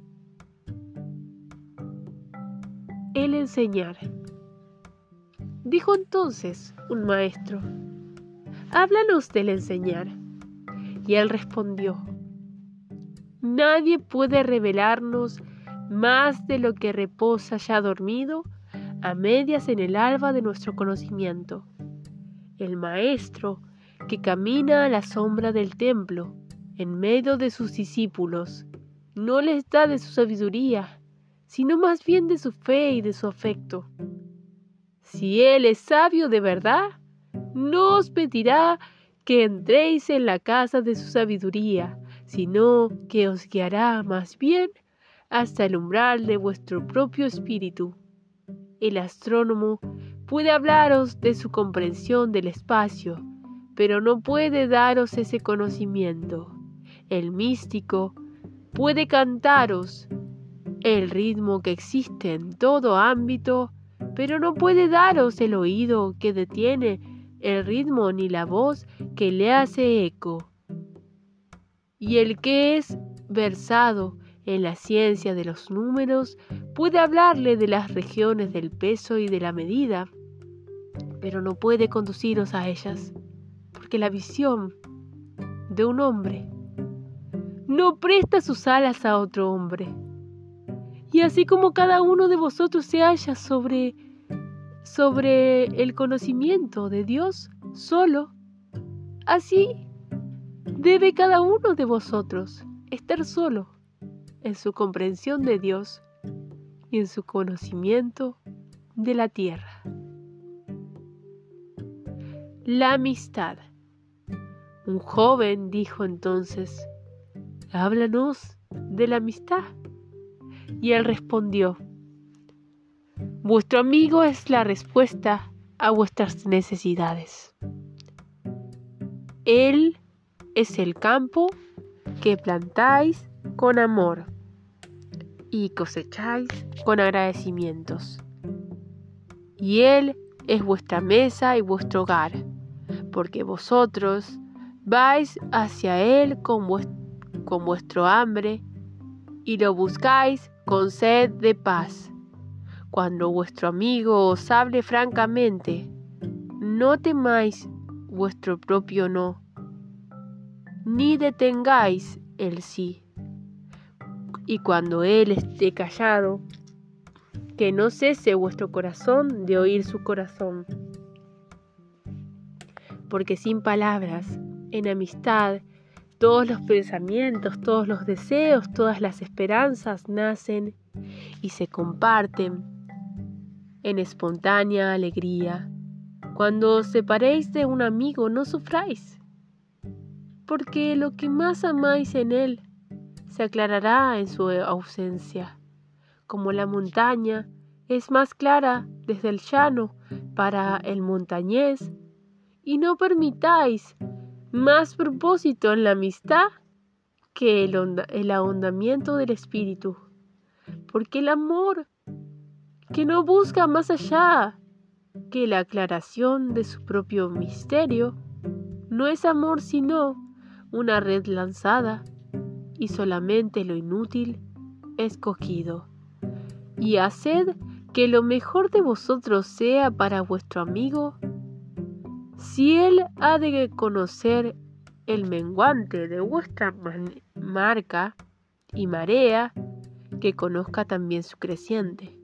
El enseñar. Dijo entonces un maestro: háblanos del enseñar. Y él respondió: nadie puede revelarnos más de lo que reposa ya dormido a medias en el alba de nuestro conocimiento. El maestro que camina a la sombra del templo en medio de sus discípulos no les da de su sabiduría, sino más bien de su fe y de su afecto. Si él es sabio de verdad, no os pedirá que entréis en la casa de su sabiduría, sino que os guiará más bien hasta el umbral de vuestro propio espíritu. El astrónomo puede hablaros de su comprensión del espacio, pero no puede daros ese conocimiento. El místico puede cantaros el ritmo que existe en todo ámbito, pero no puede daros el oído que detiene el ritmo ni la voz que le hace eco. Y el que es versado en la ciencia de los números puede hablarle de las regiones del peso y de la medida, pero no puede conduciros a ellas, porque la visión de un hombre no presta sus alas a otro hombre. Y así como cada uno de vosotros se halla sobre, sobre el conocimiento de Dios solo, así debe cada uno de vosotros estar solo en su comprensión de Dios y en su conocimiento de la tierra. La amistad. Un joven dijo entonces: háblanos de la amistad. Y él respondió: vuestro amigo es la respuesta a vuestras necesidades. Él es el campo que plantáis con amor y cosecháis con agradecimientos. Y Él es vuestra mesa y vuestro hogar, porque vosotros vais hacia Él con, vuest- con vuestro hambre y lo buscáis con sed de paz. Cuando vuestro amigo os hable francamente, no temáis vuestro propio no, ni detengáis el sí. Y cuando Él esté callado, que no cese vuestro corazón de oír su corazón. Porque sin palabras, en amistad, todos los pensamientos, todos los deseos, todas las esperanzas nacen y se comparten en espontánea alegría. Cuando os separéis de un amigo, no sufráis, porque lo que más amáis en él se aclarará en su ausencia. Como la montaña es más clara desde el llano para el montañés, y no permitáis más propósito en la amistad que el, honda, el ahondamiento del espíritu, porque el amor que no busca más allá que la aclaración de su propio misterio no es amor sino una red lanzada y solamente lo inútil escogido. Y haced que lo mejor de vosotros sea para vuestro amigo, si él ha de conocer el menguante de vuestra man- marca y marea, que conozca también su creciente.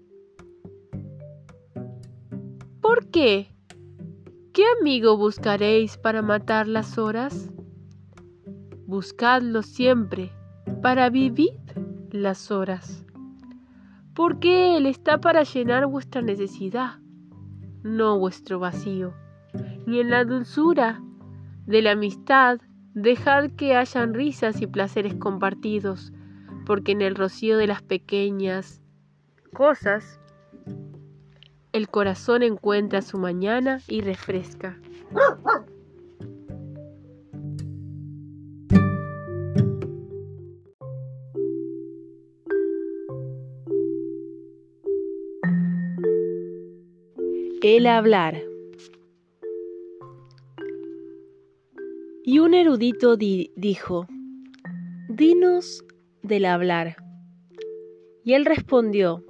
¿Por qué? ¿Qué amigo buscaréis para matar las horas? Buscadlo siempre para vivir las horas, porque Él está para llenar vuestra necesidad, no vuestro vacío. Y en la dulzura de la amistad dejad que hayan risas y placeres compartidos, porque en el rocío de las pequeñas cosas el corazón encuentra su mañana y refresca. El hablar. Y un erudito di- dijo, dinos del hablar. Y él respondió,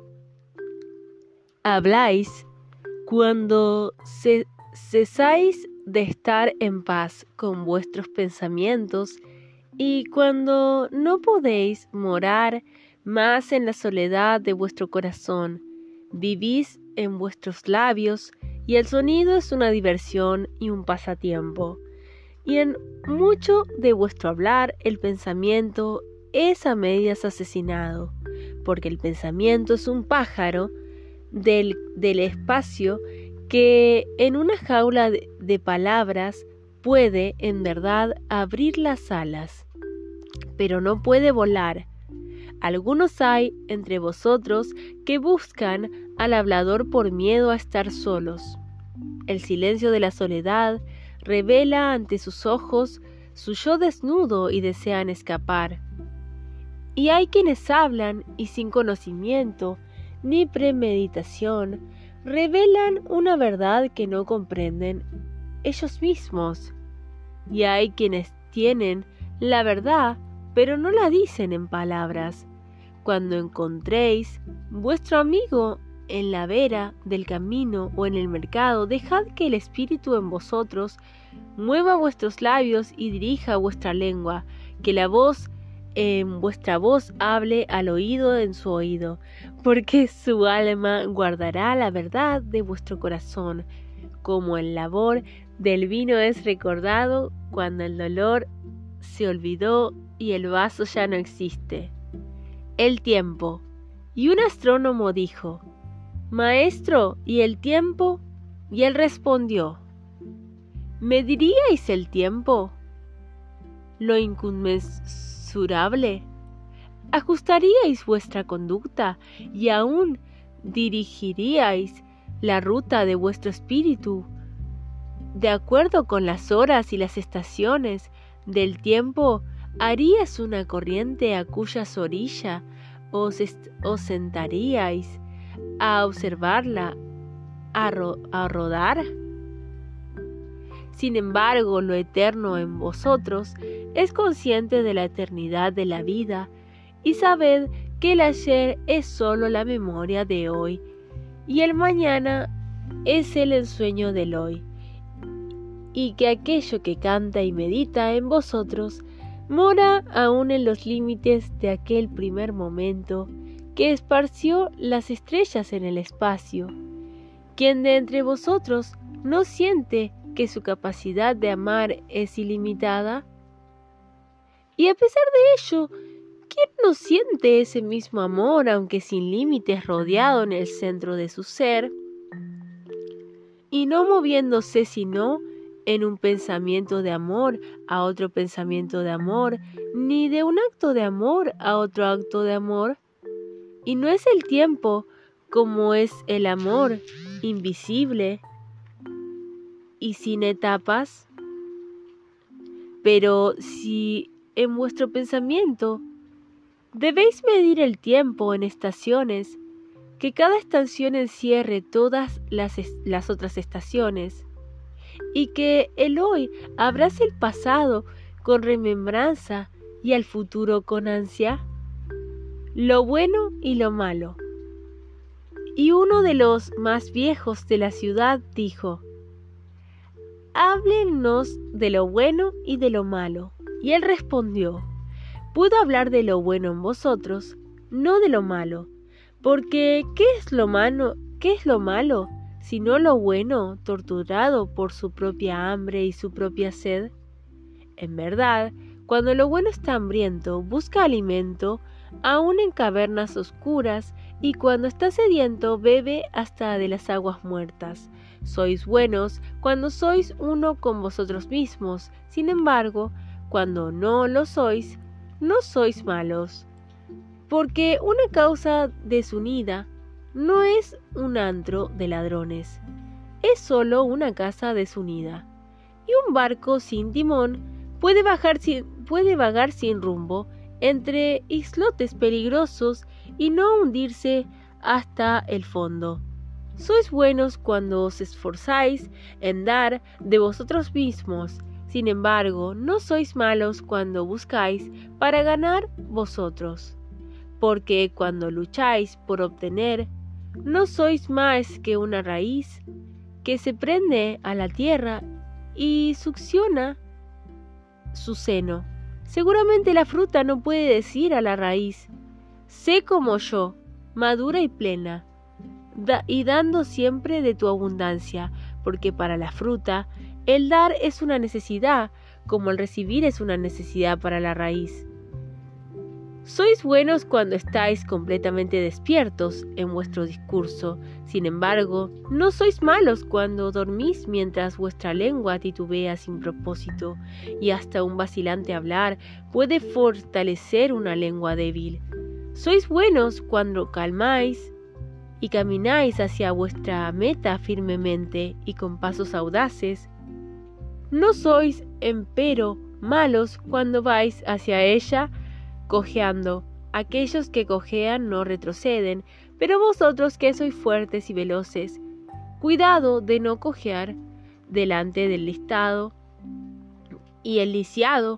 habláis cuando ce- cesáis de estar en paz con vuestros pensamientos y cuando no podéis morar más en la soledad de vuestro corazón, vivís en vuestros labios y el sonido es una diversión y un pasatiempo. Y en mucho de vuestro hablar el pensamiento es a medias asesinado, porque el pensamiento es un pájaro del, del espacio que en una jaula de, de palabras puede en verdad abrir las alas, pero no puede volar. Algunos hay entre vosotros que buscan al hablador por miedo a estar solos. El silencio de la soledad revela ante sus ojos su yo desnudo y desean escapar. Y hay quienes hablan y sin conocimiento ni premeditación revelan una verdad que no comprenden ellos mismos. Y hay quienes tienen la verdad pero no la dicen en palabras. Cuando encontréis vuestro amigo en la vera del camino o en el mercado, dejad que el Espíritu en vosotros mueva vuestros labios y dirija vuestra lengua, que la voz en vuestra voz hable al oído en su oído, porque su alma guardará la verdad de vuestro corazón, como el labor del vino es recordado cuando el dolor se olvidó y el vaso ya no existe. El tiempo. Y un astrónomo dijo, Maestro, ¿y el tiempo? Y él respondió, ¿mediríais el tiempo? ¿Lo inconmensurable? ¿Ajustaríais vuestra conducta y aún dirigiríais la ruta de vuestro espíritu de acuerdo con las horas y las estaciones del tiempo? ¿Harías una corriente a cuyas orillas os, os sentaríais a observarla, a, ro a rodar? Sin embargo, lo eterno en vosotros es consciente de la eternidad de la vida, y sabed que el ayer es sólo la memoria de hoy, y el mañana es el ensueño del hoy, y que aquello que canta y medita en vosotros mora aún en los límites de aquel primer momento que esparció las estrellas en el espacio. Quien de entre vosotros no siente que su capacidad de amar es ilimitada? Y a pesar de ello, ¿quién no siente ese mismo amor, aunque sin límites, rodeado en el centro de su ser, y no moviéndose sino en un pensamiento de amor a otro pensamiento de amor, ni de un acto de amor a otro acto de amor? Y no es el tiempo como es el amor, invisible y sin etapas. Pero si en vuestro pensamiento debéis medir el tiempo en estaciones, que cada estación encierre todas las, las otras estaciones, y que el hoy abrace el pasado con remembranza y al futuro con ansia, lo bueno y lo malo. Y uno de los más viejos de la ciudad dijo: háblennos de lo bueno y de lo malo. Y él respondió: puedo hablar de lo bueno en vosotros, no de lo malo, porque ¿qué es lo malo? ¿Qué es lo malo? Sino lo bueno, torturado por su propia hambre y su propia sed. En verdad, cuando lo bueno está hambriento, busca alimento, aún en cavernas oscuras, y cuando está sediento, bebe hasta de las aguas muertas. Sois buenos cuando sois uno con vosotros mismos. Sin embargo, cuando no lo sois, no sois malos. Porque una causa desunida no es un antro de ladrones, es solo una casa desunida. Y un barco sin timón puede, bajar sin, puede vagar sin rumbo entre islotes peligrosos y no hundirse hasta el fondo. Sois buenos cuando os esforzáis en dar de vosotros mismos. Sin embargo, no sois malos cuando buscáis para ganar vosotros. Porque cuando lucháis por obtener, no sois más que una raíz que se prende a la tierra y succiona su seno. Seguramente la fruta no puede decir a la raíz: sé como yo, madura y plena, da y dando siempre de tu abundancia, porque para la fruta el dar es una necesidad, como el recibir es una necesidad para la raíz. Sois buenos cuando estáis completamente despiertos en vuestro discurso. Sin embargo, no sois malos cuando dormís mientras vuestra lengua titubea sin propósito, y hasta un vacilante hablar puede fortalecer una lengua débil. Sois buenos cuando calmáis y camináis hacia vuestra meta firmemente y con pasos audaces. No sois, empero, malos cuando vais hacia ella cojeando. Aquellos que cojean no retroceden, pero vosotros que sois fuertes y veloces, cuidado de no cojear delante del listado y el lisiado,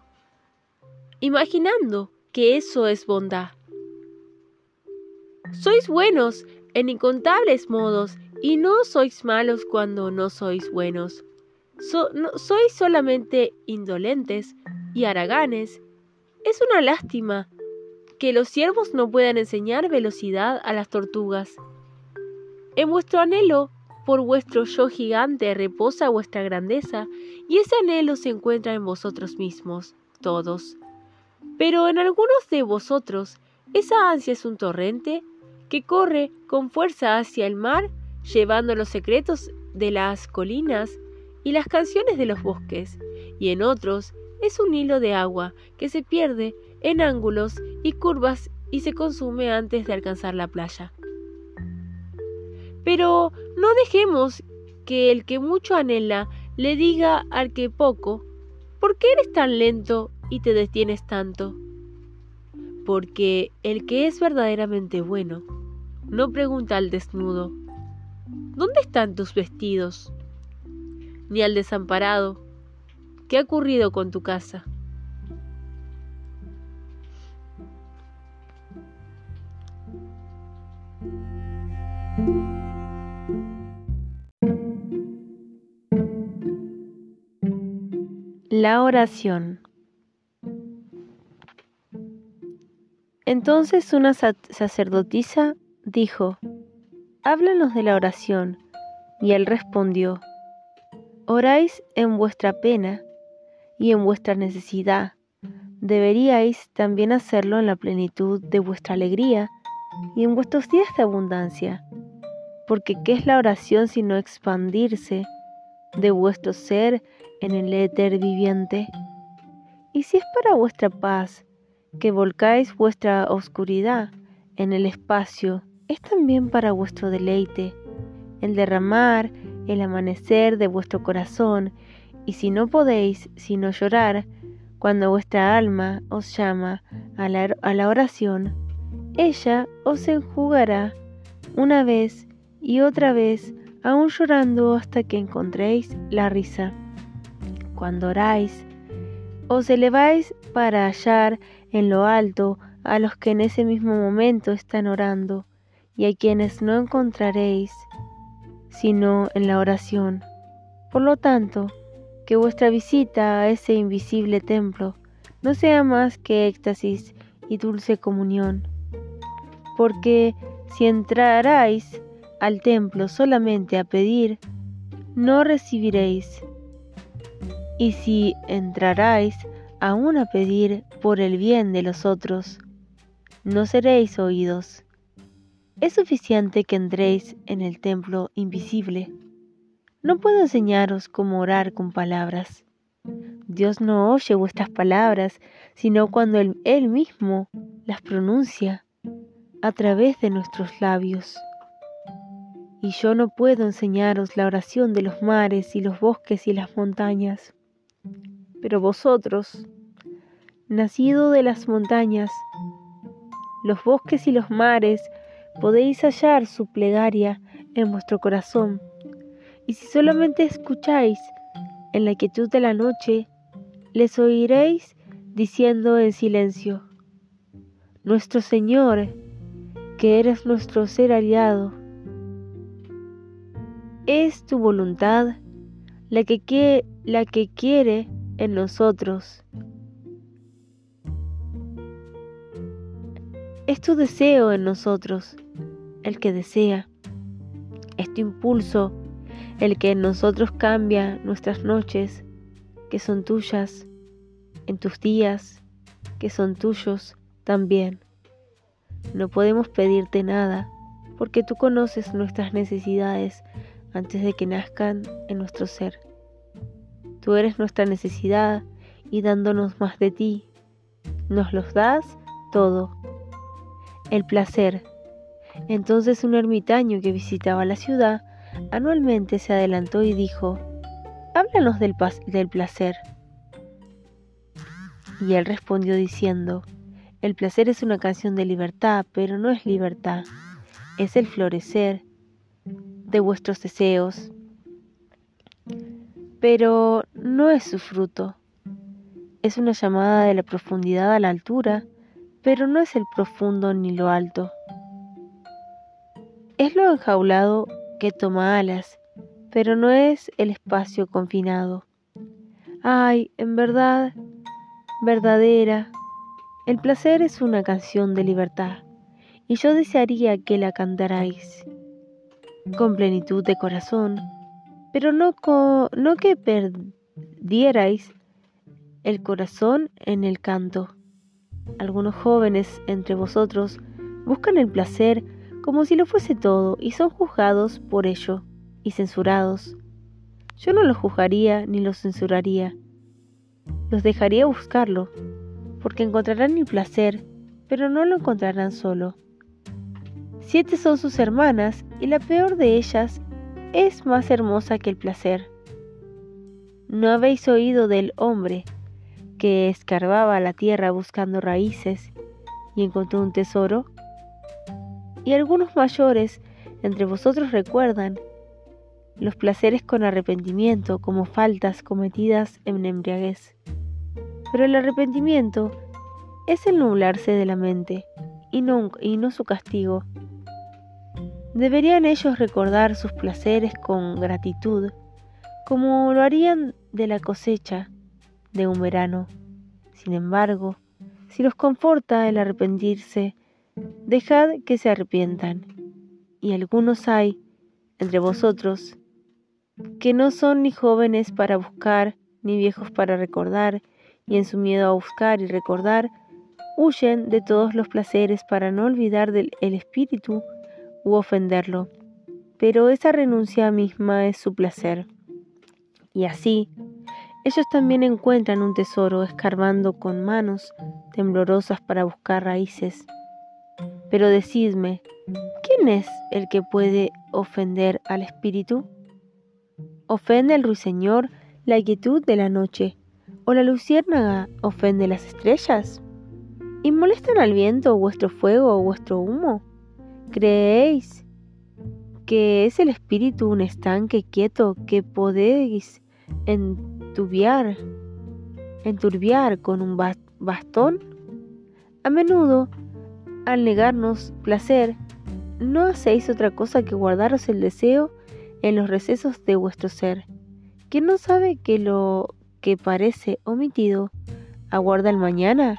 imaginando que eso es bondad. Sois buenos en incontables modos y no sois malos cuando no sois buenos. So, no, sois solamente indolentes y haraganes. Es una lástima que los ciervos no puedan enseñar velocidad a las tortugas. En vuestro anhelo por vuestro yo gigante reposa vuestra grandeza, y ese anhelo se encuentra en vosotros mismos, todos. Pero en algunos de vosotros, esa ansia es un torrente que corre con fuerza hacia el mar, llevando los secretos de las colinas y las canciones de los bosques, y en otros es un hilo de agua que se pierde en ángulos y curvas y se consume antes de alcanzar la playa. Pero no dejemos que el que mucho anhela le diga al que poco: ¿por qué eres tan lento y te detienes tanto? porque el que es verdaderamente bueno no pregunta al desnudo, ¿dónde están tus vestidos? Ni al desamparado, ¿qué ha ocurrido con tu casa? La oración. Entonces una sacerdotisa dijo: háblanos de la oración. Y él respondió: oráis en vuestra pena y en vuestra necesidad. Deberíais también hacerlo en la plenitud de vuestra alegría y en vuestros días de abundancia. Porque ¿qué es la oración sino expandirse de vuestro ser en el éter viviente? Y si es para vuestra paz que volcáis vuestra oscuridad en el espacio, es también para vuestro deleite el derramar el amanecer de vuestro corazón. Y si no podéis sino llorar cuando vuestra alma os llama a la, a la oración, ella os enjugará una vez y otra vez, aún llorando hasta que encontréis la risa. Cuando oráis, os eleváis para hallar en lo alto a los que en ese mismo momento están orando, y a quienes no encontraréis sino en la oración. Por lo tanto, que vuestra visita a ese invisible templo no sea más que éxtasis y dulce comunión, porque si entrarais al templo solamente a pedir, no recibiréis, y si entrarais aún a pedir por el bien de los otros, no seréis oídos. Es suficiente que entréis en el templo invisible. No puedo enseñaros cómo orar con palabras. Dios no oye vuestras palabras, sino cuando Él, Él mismo las pronuncia a través de nuestros labios. Y yo no puedo enseñaros la oración de los mares y los bosques y las montañas. Pero vosotros, nacido de las montañas, los bosques y los mares, podéis hallar su plegaria en vuestro corazón. Y si solamente escucháis en la quietud de la noche, les oiréis diciendo en silencio: nuestro Señor, que eres nuestro ser aliado, es tu voluntad la que, que, la que quiere en nosotros. Es tu deseo en nosotros el que desea. Es tu impulso el que en nosotros cambia nuestras noches, que son tuyas, en tus días, que son tuyos también. No podemos pedirte nada, porque tú conoces nuestras necesidades antes de que nazcan en nuestro ser. Tú eres nuestra necesidad y dándonos más de ti, nos los das todo. El placer. Entonces un ermitaño que visitaba la ciudad anualmente se adelantó y dijo: háblanos del, del placer. Y él respondió diciendo: el placer es una canción de libertad, pero no es libertad, es el florecer de vuestros deseos, pero no es su fruto. Es una llamada de la profundidad a la altura, pero no es el profundo ni lo alto. Es lo enjaulado que toma alas, pero no es el espacio confinado. Ay, en verdad, verdadera, el placer es una canción de libertad, y yo desearía que la cantarais con plenitud de corazón, pero no, co- no que perdierais el corazón en el canto. Algunos jóvenes entre vosotros buscan el placer como si lo fuese todo y son juzgados por ello y censurados. Yo no los juzgaría ni los censuraría. Los dejaría buscarlo, porque encontrarán el placer, pero no lo encontrarán solo. Siete son sus hermanas y la peor de ellas es más hermosa que el placer. ¿No habéis oído del hombre que escarbaba la tierra buscando raíces y encontró un tesoro? Y algunos mayores entre vosotros recuerdan los placeres con arrepentimiento como faltas cometidas en embriaguez. Pero el arrepentimiento es el nublarse de la mente y no, y no su castigo. Deberían ellos recordar sus placeres con gratitud, como lo harían de la cosecha de un verano. Sin embargo, si los conforta el arrepentirse, dejad que se arrepientan. Y algunos hay entre vosotros que no son ni jóvenes para buscar, ni viejos para recordar, y en su miedo a buscar y recordar, huyen de todos los placeres para no olvidar del el espíritu u ofenderlo. Pero esa renuncia misma es su placer. Y así, ellos también encuentran un tesoro escarbando con manos temblorosas para buscar raíces. Pero decidme, ¿quién es el que puede ofender al espíritu? ¿Ofende el ruiseñor la quietud de la noche, o la luciérnaga ofende las estrellas? ¿Y molestan al viento vuestro fuego o vuestro humo? ¿Creéis que es el espíritu un estanque quieto que podéis enturbiar, enturbiar con un bastón? A menudo, al negarnos placer, no hacéis otra cosa que guardaros el deseo en los recesos de vuestro ser. ¿Quién no sabe que lo que parece omitido aguarda el mañana?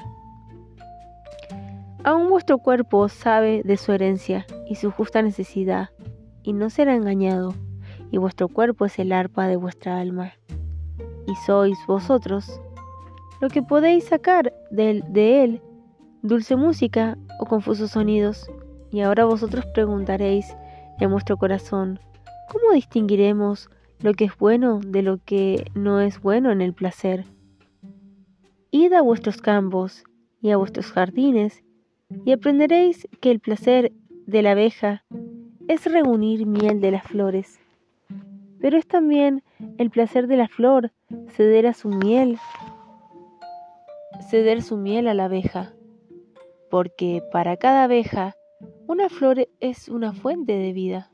Aún vuestro cuerpo sabe de su herencia y su justa necesidad, y no será engañado, y vuestro cuerpo es el arpa de vuestra alma. Y sois vosotros lo que podéis sacar de él, de él dulce música o confusos sonidos. Y ahora vosotros preguntaréis en vuestro corazón, ¿cómo distinguiremos lo que es bueno de lo que no es bueno en el placer? Id a vuestros campos y a vuestros jardines, y aprenderéis que el placer de la abeja es reunir miel de las flores, pero es también el placer de la flor ceder a su miel, ceder su miel a la abeja, porque para cada abeja una flor es una fuente de vida.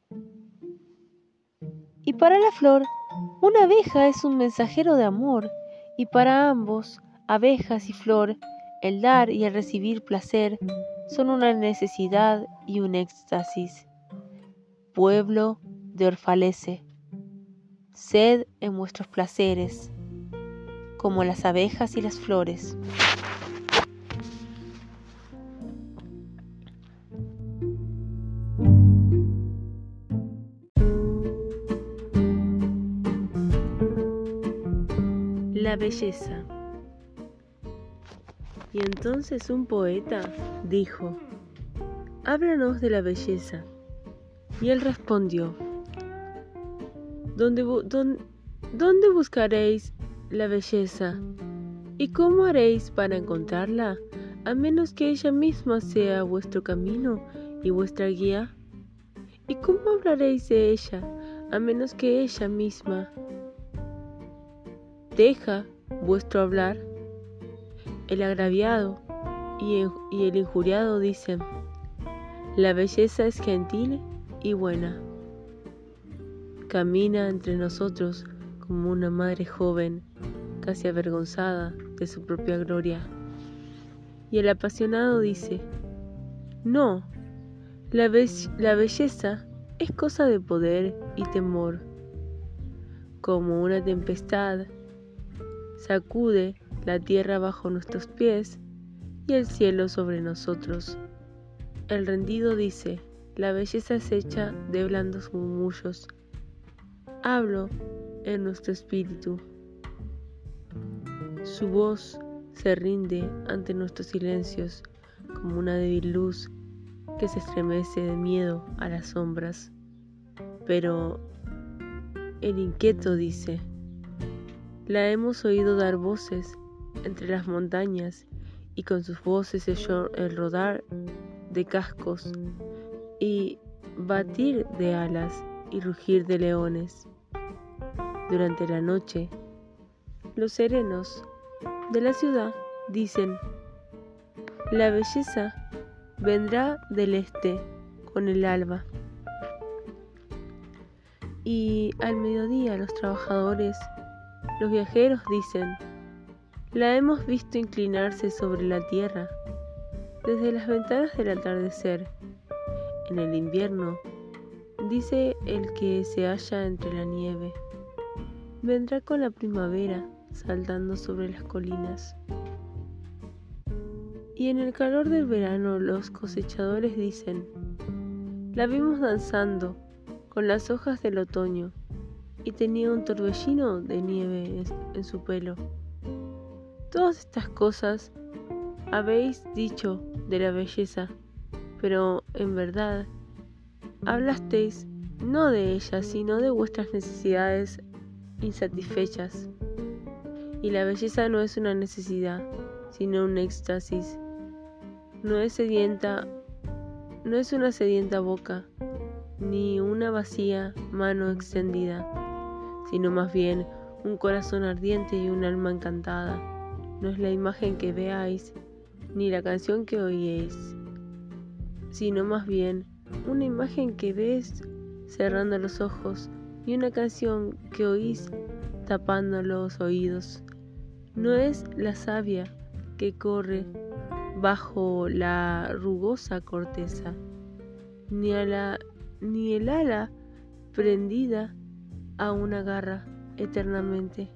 Y para la flor, una abeja es un mensajero de amor, y para ambos, abejas y flor, el dar y el recibir placer son una necesidad y un éxtasis. Pueblo de Orfalese, sed en vuestros placeres, como las abejas y las flores. La belleza. Y entonces un poeta dijo, háblanos de la belleza. Y él respondió, ¿Dónde, dónde, ¿dónde buscaréis la belleza? ¿Y cómo haréis para encontrarla, a menos que ella misma sea vuestro camino y vuestra guía? ¿Y cómo hablaréis de ella, a menos que ella misma deja vuestro hablar? El agraviado y el injuriado dicen, la belleza es gentil y buena. Camina entre nosotros como una madre joven, casi avergonzada de su propia gloria. Y el apasionado dice, no, la, be- la belleza es cosa de poder y temor. Como una tempestad, sacude la tierra bajo nuestros pies y el cielo sobre nosotros. El rendido dice, la belleza es hecha de blandos murmullos. Hablo en nuestro espíritu. Su voz se rinde ante nuestros silencios como una débil luz que se estremece de miedo a las sombras. Pero el inquieto dice, la hemos oído dar voces entre las montañas, y con sus voces se oyó el rodar de cascos y batir de alas y rugir de leones. Durante la noche, los serenos de la ciudad dicen, La belleza vendrá del este con el alba. Y al mediodía los trabajadores, los viajeros dicen, la hemos visto inclinarse sobre la tierra desde las ventanas del atardecer. En el invierno, dice el que se halla entre la nieve, vendrá con la primavera saltando sobre las colinas. Y en el calor del verano los cosechadores dicen, la vimos danzando con las hojas del otoño y tenía un torbellino de nieve en su pelo. Todas estas cosas habéis dicho de la belleza, pero en verdad hablasteis no de ella, sino de vuestras necesidades insatisfechas. Y la belleza no es una necesidad, sino un éxtasis. No es sedienta, no es una sedienta boca, ni una vacía mano extendida, sino más bien un corazón ardiente y un alma encantada. No es la imagen que veáis, ni la canción que oíéis, sino más bien una imagen que ves cerrando los ojos y una canción que oís tapando los oídos. No es la savia que corre bajo la rugosa corteza, ni, a la, ni el ala prendida a una garra eternamente,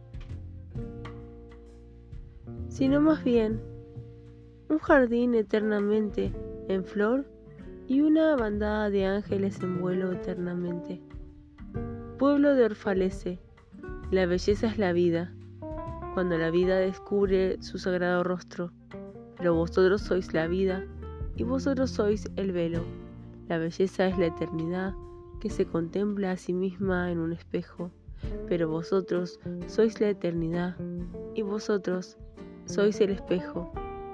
sino más bien un jardín eternamente en flor y una bandada de ángeles en vuelo eternamente. Pueblo de Orfalece, la belleza es la vida, cuando la vida descubre su sagrado rostro, pero vosotros sois la vida y vosotros sois el velo. La belleza es la eternidad que se contempla a sí misma en un espejo, pero vosotros sois la eternidad y vosotros sois el espejo.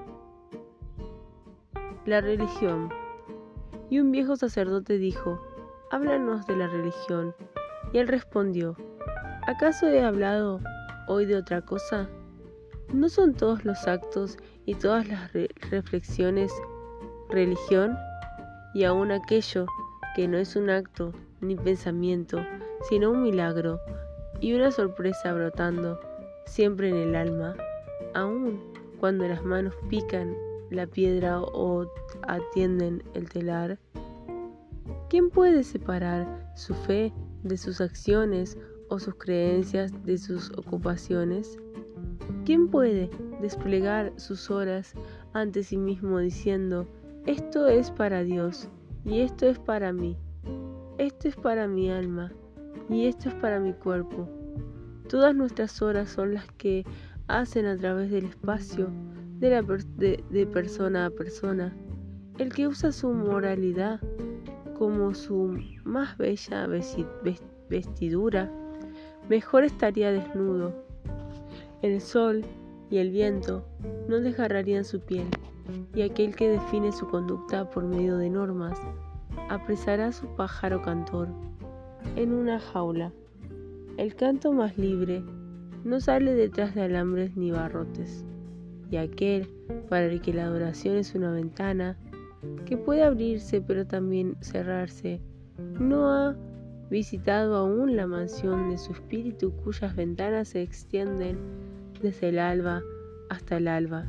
La religión. Y un viejo sacerdote dijo, háblanos de la religión. Y él respondió, ¿acaso he hablado hoy de otra cosa? ¿No son todos los actos y todas las re- reflexiones religión? Y aun aquello que no es un acto ni pensamiento, sino un milagro y una sorpresa brotando siempre en el alma, aun cuando las manos pican la piedra o atienden el telar. ¿Quién puede separar su fe de sus acciones o sus creencias de sus ocupaciones? ¿Quién puede desplegar sus horas ante sí mismo diciendo, esto es para Dios y esto es para mí, esto es para mi alma y esto es para mi cuerpo? Todas nuestras horas son las que hacen a través del espacio de, la per- de, de persona a persona. El que usa su moralidad como su más bella vestidura, mejor estaría desnudo. El sol y el viento no desgarrarían su piel, y aquel que define su conducta por medio de normas, apresará a su pájaro cantor en una jaula. El canto más libre no sale detrás de alambres ni barrotes, y aquel para el que la adoración es una ventana, que puede abrirse pero también cerrarse, no ha visitado aún la mansión de su espíritu cuyas ventanas se extienden desde el alba hasta el alba.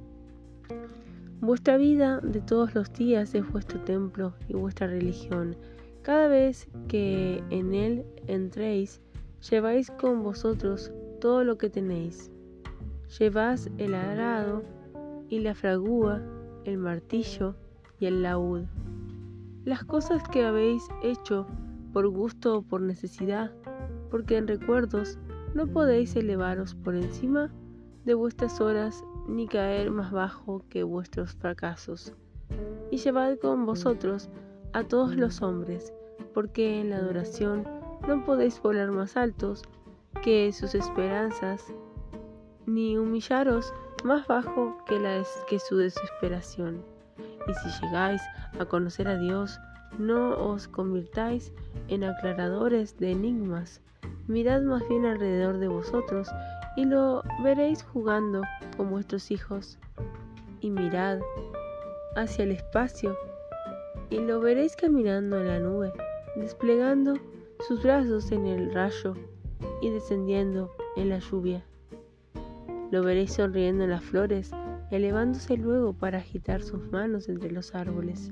Vuestra vida de todos los días es vuestro templo y vuestra religión. Cada vez que en él entréis, lleváis con vosotros todo lo que tenéis. Lleváis el arado y la fragua, el martillo y el laúd. Las cosas que habéis hecho por gusto o por necesidad, porque en recuerdos no podéis elevaros por encima de vuestras horas ni caer más bajo que vuestros fracasos. Y llevad con vosotros a todos los hombres, porque en la adoración no podéis volar más altos que sus esperanzas, ni humillaros más bajo que, la des- que su desesperación. Y si llegáis a conocer a Dios, no os convirtáis en aclaradores de enigmas. Mirad más bien alrededor de vosotros y lo veréis jugando con vuestros hijos. y mirad hacia el espacio, y lo veréis caminando en la nube, desplegando sus brazos en el rayo y descendiendo en la lluvia. Lo veréis sonriendo en las flores, elevándose luego para agitar sus manos entre los árboles.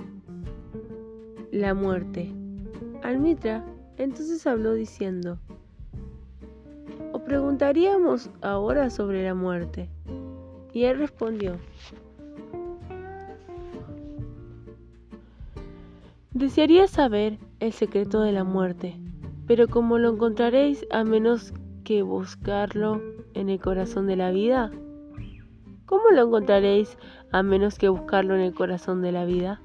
La muerte. Almitra entonces habló diciendo: os preguntaríamos ahora sobre la muerte. Y él respondió: desearía saber el secreto de la muerte, pero como lo encontraréis a menos que buscarlo en el corazón de la vida. ¿Cómo lo encontraréis a menos que buscarlo en el corazón de la vida?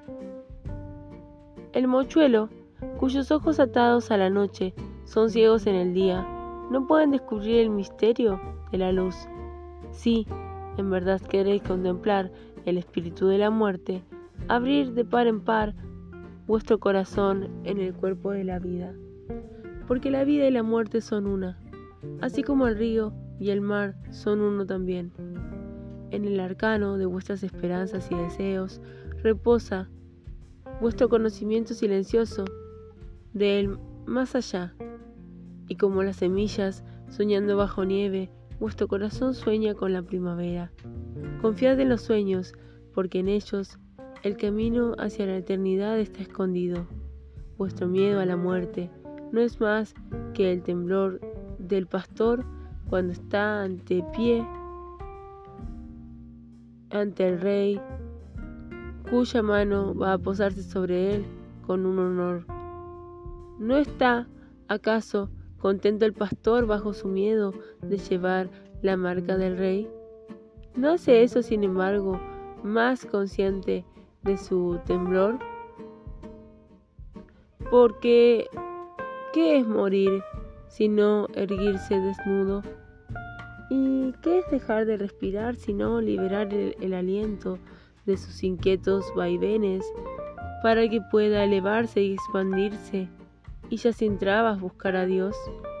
El mochuelo, cuyos ojos atados a la noche son ciegos en el día, no pueden descubrir el misterio de la luz. Si, en verdad queréis contemplar el espíritu de la muerte, abrir de par en par vuestro corazón en el cuerpo de la vida. Porque la vida y la muerte son una, así como el río y el mar son uno también. En el arcano de vuestras esperanzas y deseos reposa vuestro conocimiento silencioso del más allá, y como las semillas soñando bajo nieve, vuestro corazón sueña con la primavera. Confiad en los sueños, porque en ellos el camino hacia la eternidad está escondido. Vuestro miedo a la muerte no es más que el temblor del pastor cuando está ante pie ante el rey, cuya mano va a posarse sobre él con un honor. ¿No está, acaso, contento el pastor bajo su miedo de llevar la marca del rey? ¿No hace eso, sin embargo, más consciente de su temblor? Porque, ¿qué es morir sino erguirse desnudo? ¿Y qué es dejar de respirar sino liberar el, el aliento de sus inquietos vaivenes para que pueda elevarse y expandirse y ya sin trabas buscar a Dios?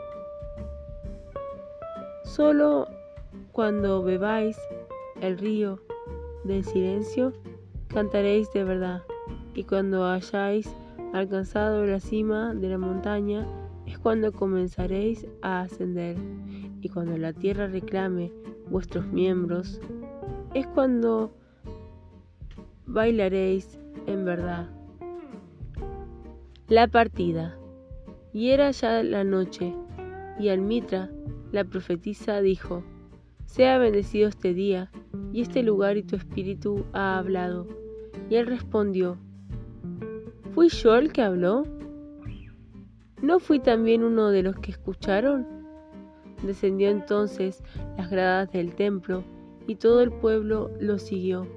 Solo cuando bebáis el río del silencio cantaréis de verdad, y cuando hayáis alcanzado la cima de la montaña es cuando comenzaréis a ascender, y cuando la tierra reclame vuestros miembros es cuando bailaréis en verdad. La partida. Y era ya la noche, y Almitra, la profetisa, dijo: sea bendecido este día y este lugar, y tu espíritu ha hablado. Y él respondió: ¿fui yo el que habló? ¿No fui también uno de los que escucharon? Descendió entonces las gradas del templo, y todo el pueblo lo siguió.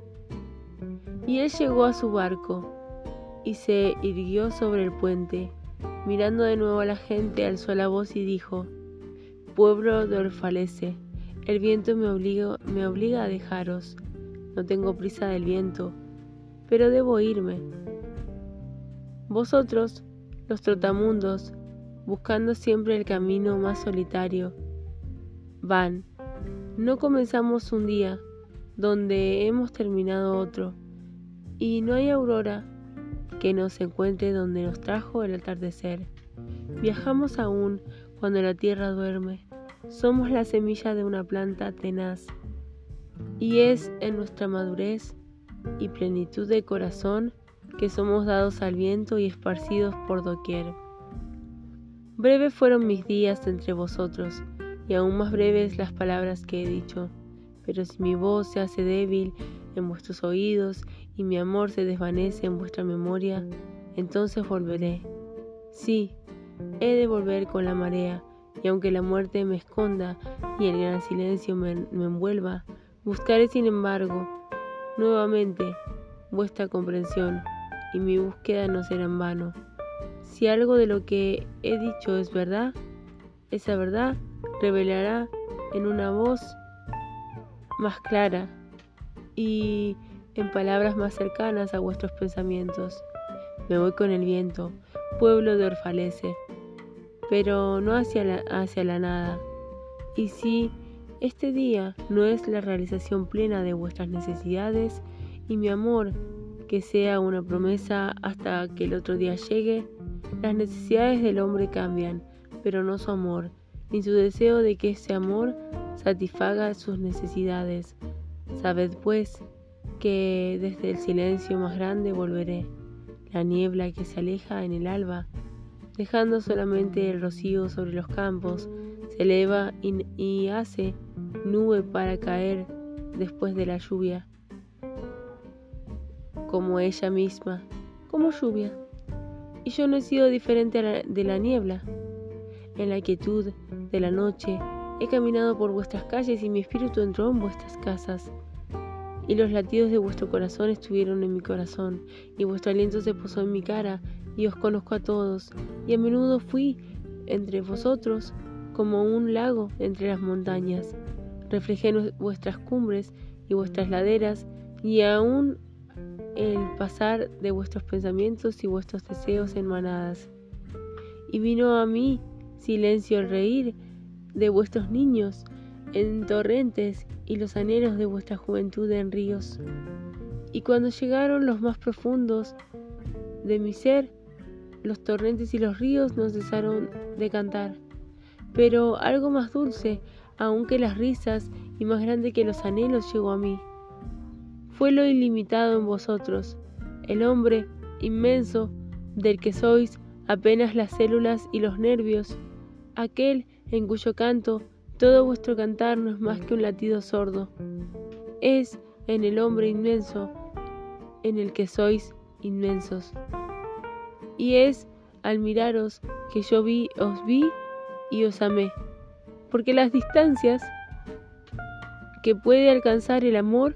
Y él llegó a su barco, y se irguió sobre el puente. Mirando de nuevo a la gente, alzó la voz y dijo: pueblo de Orfalese, el viento me obliga, me obliga a dejaros. No tengo prisa del viento, pero debo irme. Vosotros, los trotamundos, buscando siempre el camino más solitario, van. No comenzamos un día donde hemos terminado otro, y no hay aurora que nos encuentre donde nos trajo el atardecer. Viajamos aún cuando la tierra duerme. Somos la semilla de una planta tenaz, y es en nuestra madurez y plenitud de corazón que somos dados al viento y esparcidos por doquier. Breves fueron mis días entre vosotros, y aún más breves las palabras que he dicho. Pero si mi voz se hace débil en vuestros oídos y mi amor se desvanece en vuestra memoria, entonces volveré. Sí, he de volver con la marea, y aunque la muerte me esconda y el gran silencio me, me envuelva, buscaré sin embargo nuevamente vuestra comprensión, y mi búsqueda no será en vano. Si algo de lo que he dicho es verdad, esa verdad revelará en una voz más clara y en palabras más cercanas a vuestros pensamientos. Me voy con el viento, pueblo de Orfalese, pero no hacia la, hacia la nada. Y si Este día no es la realización plena de vuestras necesidades, y mi amor, que sea una promesa hasta que el otro día llegue. Las necesidades del hombre cambian, pero no su amor, ni su deseo de que ese amor satisfaga sus necesidades. Sabed pues que desde el silencio más grande volveré, la niebla que se aleja en el alba, dejando solamente el rocío sobre los campos, se eleva y, y hace nube para caer después de la lluvia, como ella misma, como lluvia. Y yo no he sido diferente a la, de la niebla. En la quietud de la noche he caminado por vuestras calles y mi espíritu entró en vuestras casas. Y los latidos de vuestro corazón estuvieron en mi corazón, y vuestro aliento se posó en mi cara, y os conozco a todos. Y a menudo fui entre vosotros como un lago entre las montañas. Reflejé vuestras cumbres y vuestras laderas, y aún el pasar de vuestros pensamientos y vuestros deseos en manadas. Y vino a mí silencio el reír de vuestros niños en torrentes y los anhelos de vuestra juventud en ríos. Y cuando llegaron los más profundos de mi ser, los torrentes y los ríos no cesaron de cantar. Pero algo más dulce, aun que las risas, y más grande que los anhelos, llegó a mí. Fue lo ilimitado en vosotros, el hombre inmenso del que sois apenas las células y los nervios, aquel en cuyo canto todo vuestro cantar no es más que un latido sordo. Es en el hombre inmenso en el que sois inmensos. Y es al miraros que yo vi, os vi y os amé, porque las distancias que puede alcanzar el amor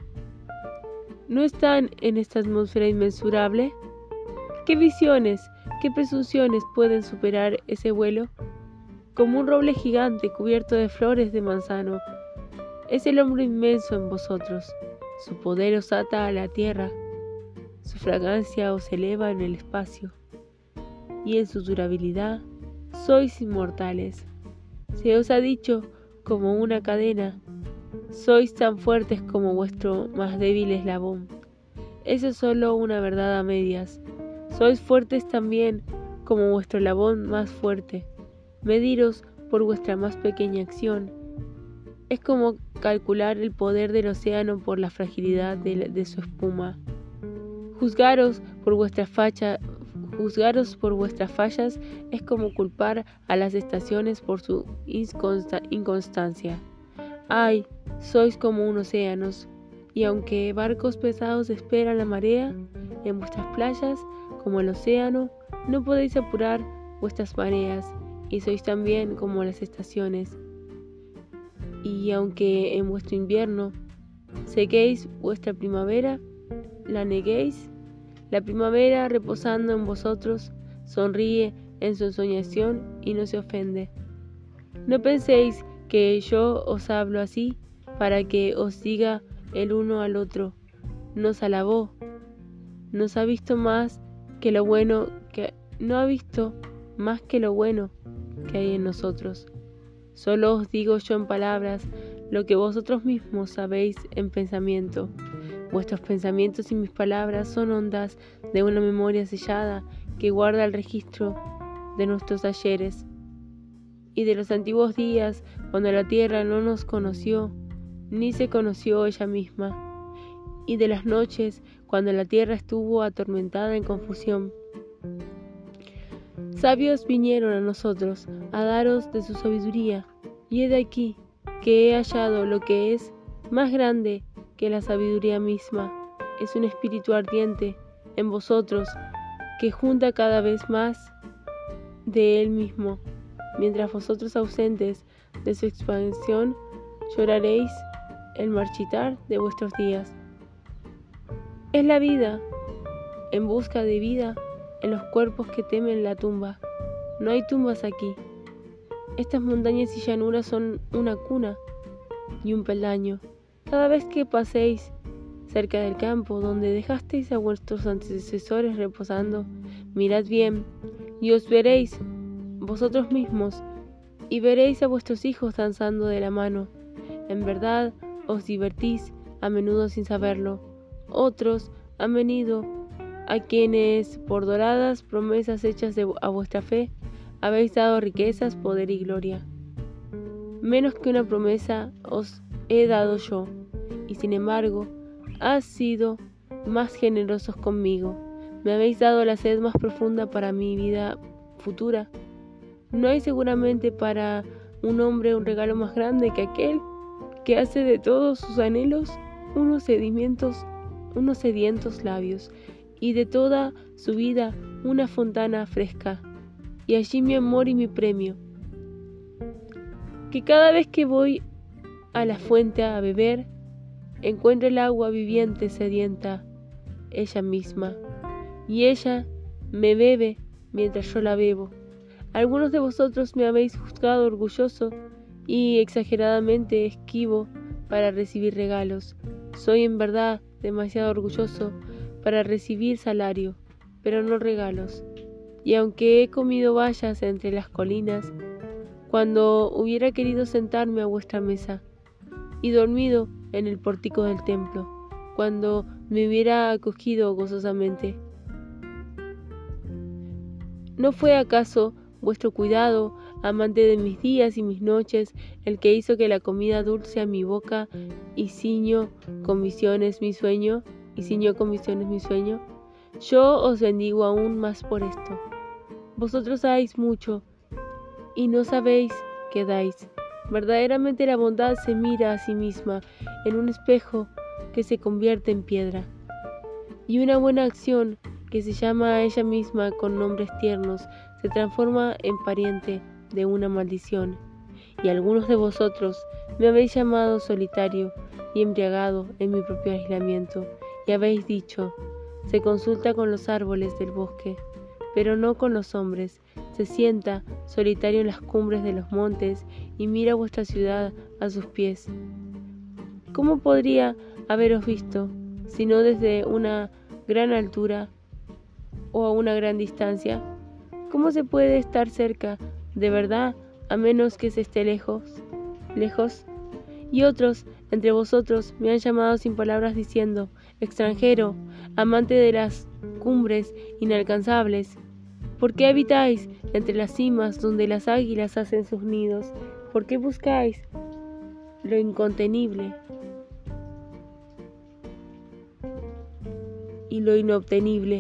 no están en esta atmósfera inmensurable. ¿Qué visiones, qué presunciones pueden superar ese vuelo? Como un roble gigante cubierto de flores de manzano, es el hombre inmenso en vosotros. Su poder os ata a la tierra, su fragancia os eleva en el espacio, y en su durabilidad sois inmortales. Se os ha dicho como una cadena, sois tan fuertes como vuestro más débil eslabón. Eso es solo una verdad a medias. Sois fuertes también como vuestro eslabón más fuerte. Mediros por vuestra más pequeña acción es como calcular el poder del océano por la fragilidad de, de su espuma. Juzgaros por vuestra facha, juzgaros por vuestras fallas es como culpar a las estaciones por su inconsta, inconstancia. Ay, sois como un océano, y aunque barcos pesados esperan la marea en vuestras playas, como el océano, no podéis apurar vuestras mareas, y sois también como las estaciones. Y aunque en vuestro invierno sequéis vuestra primavera, la neguéis, la primavera reposando en vosotros sonríe en su ensoñación y no se ofende. No penséis que yo os hablo así para que os diga el uno al otro, nos alabó, nos ha visto más que lo bueno que no ha visto más que lo bueno que hay en nosotros. Solo os digo yo en palabras lo que vosotros mismos sabéis en pensamiento. Vuestros pensamientos y mis palabras son ondas de una memoria sellada que guarda el registro de nuestros ayeres y de los antiguos días cuando la tierra no nos conoció, ni se conoció ella misma, y de las noches cuando la tierra estuvo atormentada en confusión. Sabios vinieron a nosotros a daros de su sabiduría, y he de aquí que he hallado lo que es más grande que la sabiduría misma. Es un espíritu ardiente en vosotros que junta cada vez más de él mismo, mientras vosotros ausentes de su expansión lloraréis el marchitar de vuestros días. Es la vida, en busca de vida en los cuerpos que temen la tumba. No hay tumbas aquí. Estas montañas y llanuras son una cuna y un peldaño. Cada vez que paséis cerca del campo donde dejasteis a vuestros antecesores reposando, mirad bien y os veréis vosotros mismos, y veréis a vuestros hijos danzando de la mano, En verdad, os divertís a menudo sin saberlo. Otros han venido a quienes, por doradas promesas hechas de, a vuestra fe, habéis dado riquezas, poder y gloria. Menos que una promesa os he dado yo, y sin embargo, has sido más generosos conmigo. Me habéis dado la sed más profunda para mi vida futura. No hay seguramente para un hombre un regalo más grande que aquel que hace de todos sus anhelos unos sedientos, unos sedientos labios, y de toda su vida una fontana fresca. Y allí mi amor y mi premio. Que cada vez que voy a la fuente a beber, encuentre el agua viviente sedienta, ella misma, y ella me bebe mientras yo la bebo. Algunos de vosotros me habéis juzgado orgulloso y exageradamente esquivo para recibir regalos. Soy en verdad demasiado orgulloso para recibir salario, pero no regalos. Y aunque he comido bayas entre las colinas, cuando hubiera querido sentarme a vuestra mesa, y dormido en el pórtico del templo, cuando me hubiera acogido gozosamente, ¿no fue acaso vuestro cuidado, amante de mis días y mis noches, el que hizo que la comida dulce a mi boca y ciñó con visiones mi sueño? ¿Y ciñó con visiones mi sueño? Yo os bendigo aún más por esto. Vosotros dais mucho y no sabéis qué dais. Verdaderamente la bondad se mira a sí misma en un espejo que se convierte en piedra. Y una buena acción que se llama a ella misma con nombres tiernos se transforma en pariente de una maldición. Y algunos de vosotros me habéis llamado solitario y embriagado en mi propio aislamiento, y habéis dicho: se consulta con los árboles del bosque, pero no con los hombres. Se sienta solitario en las cumbres de los montes y mira vuestra ciudad a sus pies. ¿Cómo podría haberos visto, sino desde una gran altura o a una gran distancia? ¿Cómo se puede estar cerca, de verdad, a menos que se esté lejos? ¿Lejos? Y otros entre vosotros me han llamado sin palabras diciendo: extranjero, amante de las cumbres inalcanzables, ¿por qué habitáis entre las cimas donde las águilas hacen sus nidos? ¿Por qué buscáis lo incontenible y lo inobtenible?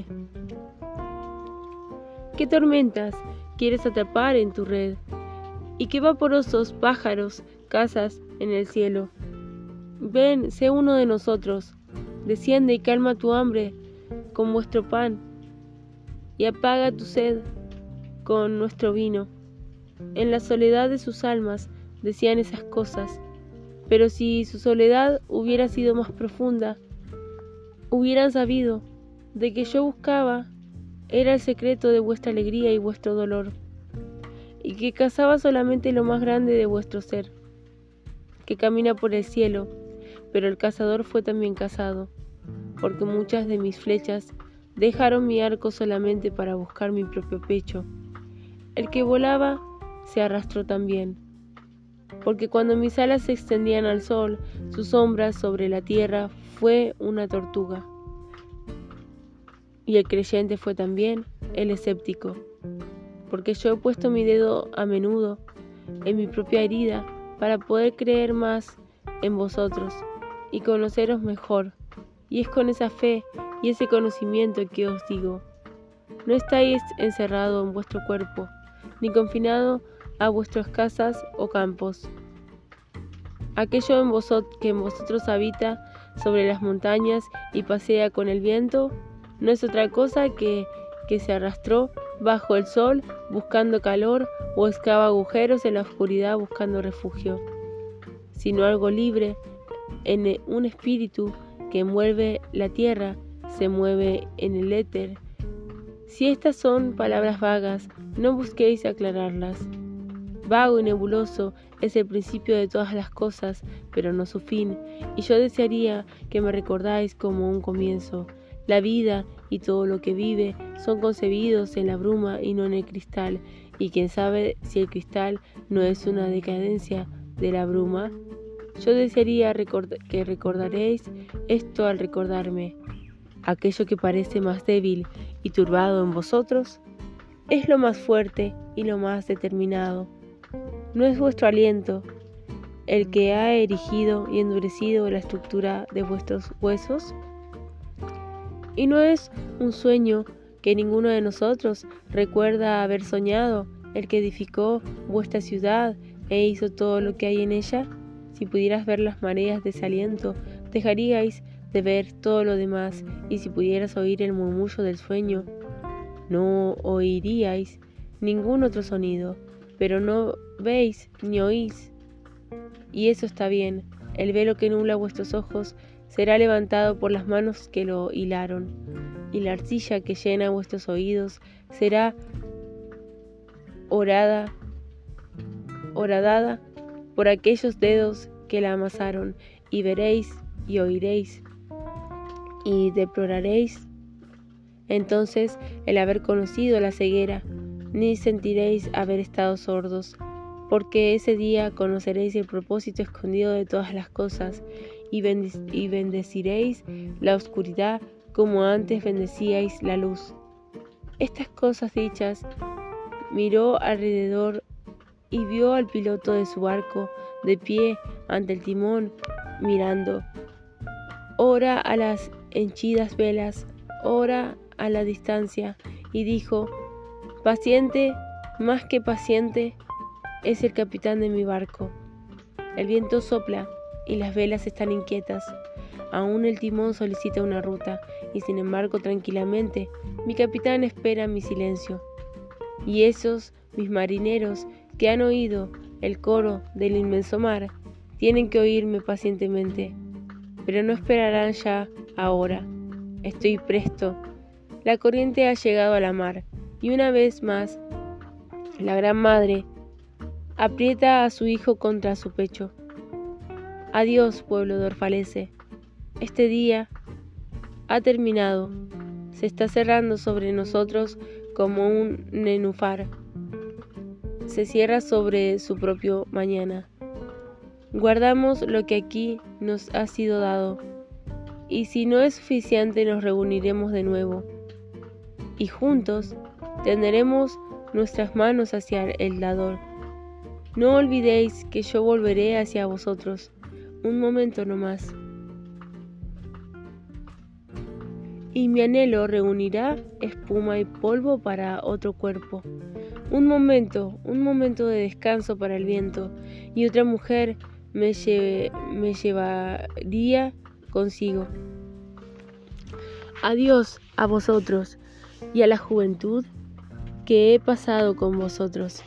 ¿Qué tormentas quieres atrapar en tu red? ¿Y qué vaporosos pájaros cazas en el cielo? Ven, sé uno de nosotros, desciende y calma tu hambre con vuestro pan, y apaga tu sed con nuestro vino. En la soledad de sus almas decían esas cosas, pero si su soledad hubiera sido más profunda, hubieran sabido de que yo buscaba era el secreto de vuestra alegría y vuestro dolor, y que cazaba solamente lo más grande de vuestro ser, que camina por el cielo. Pero el cazador fue también cazado, porque muchas de mis flechas dejaron mi arco solamente para buscar mi propio pecho. El que volaba se arrastró también, porque cuando mis alas se extendían al sol, su sombra sobre la tierra fue una tortuga. Y el creyente fue también el escéptico, porque yo he puesto mi dedo a menudo en mi propia herida para poder creer más en vosotros y conoceros mejor. Y es con esa fe y ese conocimiento que os digo: no estáis encerrado en vuestro cuerpo, ni confinado a vuestras casas o campos. Aquello en vosotros, que en vosotros habita sobre las montañas y pasea con el viento, no es otra cosa que que se arrastró bajo el sol buscando calor o excava agujeros en la oscuridad buscando refugio, sino algo libre en un espíritu que envuelve la tierra, se mueve en el éter. Si estas son palabras vagas, no busquéis aclararlas. Vago y nebuloso es el principio de todas las cosas, pero no su fin, y yo desearía que me recordáis como un comienzo. La vida y todo lo que vive son concebidos en la bruma y no en el cristal, y quién sabe si el cristal no es una decadencia de la bruma. Yo desearía record- que recordaréis esto al recordarme. Aquello que parece más débil y turbado en vosotros es lo más fuerte y lo más determinado. No es vuestro aliento el que ha erigido y endurecido la estructura de vuestros huesos, y no es un sueño que ninguno de nosotros recuerda haber soñado el que edificó vuestra ciudad e hizo todo lo que hay en ella. Si pudieras ver las mareas de ese aliento, dejaríais de ver todo lo demás, y si pudieras oír el murmullo del sueño, no oiríais ningún otro sonido. Pero no veis ni oís, y eso está bien. El velo que nubla vuestros ojos será levantado por las manos que lo hilaron, y la arcilla que llena vuestros oídos será horada, horadada por aquellos dedos que la amasaron, y veréis y oiréis y deploraréis entonces el haber conocido la ceguera, ni sentiréis haber estado sordos, porque ese día conoceréis el propósito escondido de todas las cosas, y, bendic- y bendeciréis la oscuridad como antes bendecíais la luz. Estas cosas dichas, miró alrededor y vio al piloto de su barco de pie ante el timón, mirando, ora a las henchidas velas, ora a la distancia, y dijo: paciente, más que paciente, es el capitán de mi barco. El viento sopla y las velas están inquietas. Aún el timón solicita una ruta, y sin embargo tranquilamente mi capitán espera mi silencio. Y esos, mis marineros, que han oído el coro del inmenso mar, tienen que oírme pacientemente, pero no esperarán ya ahora. Estoy presto. La corriente ha llegado a la mar, y una vez más la gran madre aprieta a su hijo contra su pecho. Adiós, pueblo de Orfalece. Este día ha terminado. Se está cerrando sobre nosotros como un nenúfar. Se cierra sobre su propio mañana. Guardamos lo que aquí nos ha sido dado, y si no es suficiente nos reuniremos de nuevo, y juntos tenderemos nuestras manos hacia el dador. No olvidéis que yo volveré hacia vosotros. Un momento no más, y mi anhelo reunirá espuma y polvo para otro cuerpo. Un momento, un momento de descanso para el viento, y otra mujer me, lle- me llevaría consigo. Adiós a vosotros y a la juventud que he pasado con vosotros.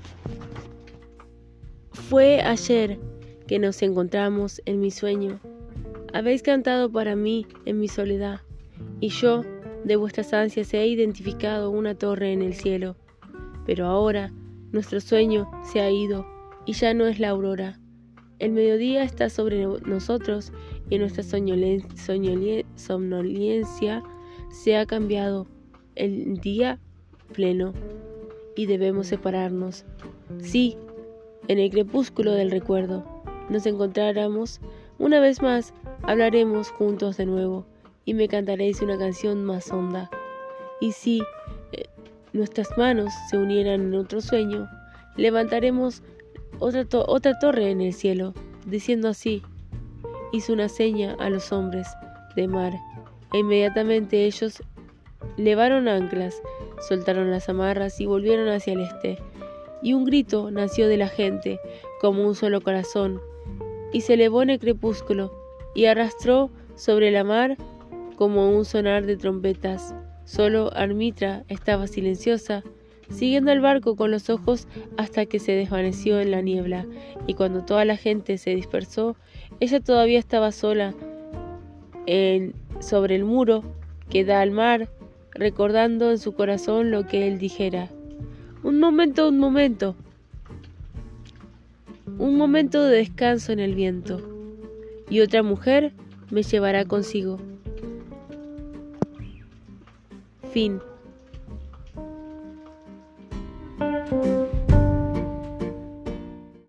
Fue ayer que nos encontramos en mi sueño. Habéis cantado para mí en mi soledad, y yo de vuestras ansias he identificado una torre en el cielo. Pero ahora nuestro sueño se ha ido y ya no es la aurora. El mediodía está sobre nosotros y nuestra soñolen- soñolie- somnolencia se ha cambiado el día pleno, y debemos separarnos. Sí, en el crepúsculo del recuerdo nos encontráramos una vez más, hablaremos juntos de nuevo, y me cantaréis una canción más honda. Y si eh, nuestras manos se unieran en otro sueño, levantaremos otra, to- otra torre en el cielo, diciendo así: hizo una seña a los hombres de mar, e inmediatamente ellos levaron anclas, soltaron las amarras y volvieron hacia el este. Y un grito nació de la gente, como un solo corazón, y se elevó en el crepúsculo, y arrastró sobre la mar como un sonar de trompetas. Solo Armitra estaba silenciosa, siguiendo el barco con los ojos hasta que se desvaneció en la niebla, y cuando toda la gente se dispersó, ella todavía estaba sola en, sobre el muro que da al mar, recordando en su corazón lo que él dijera. Un momento, un momento. Un momento de descanso en el viento, y otra mujer me llevará consigo. Fin.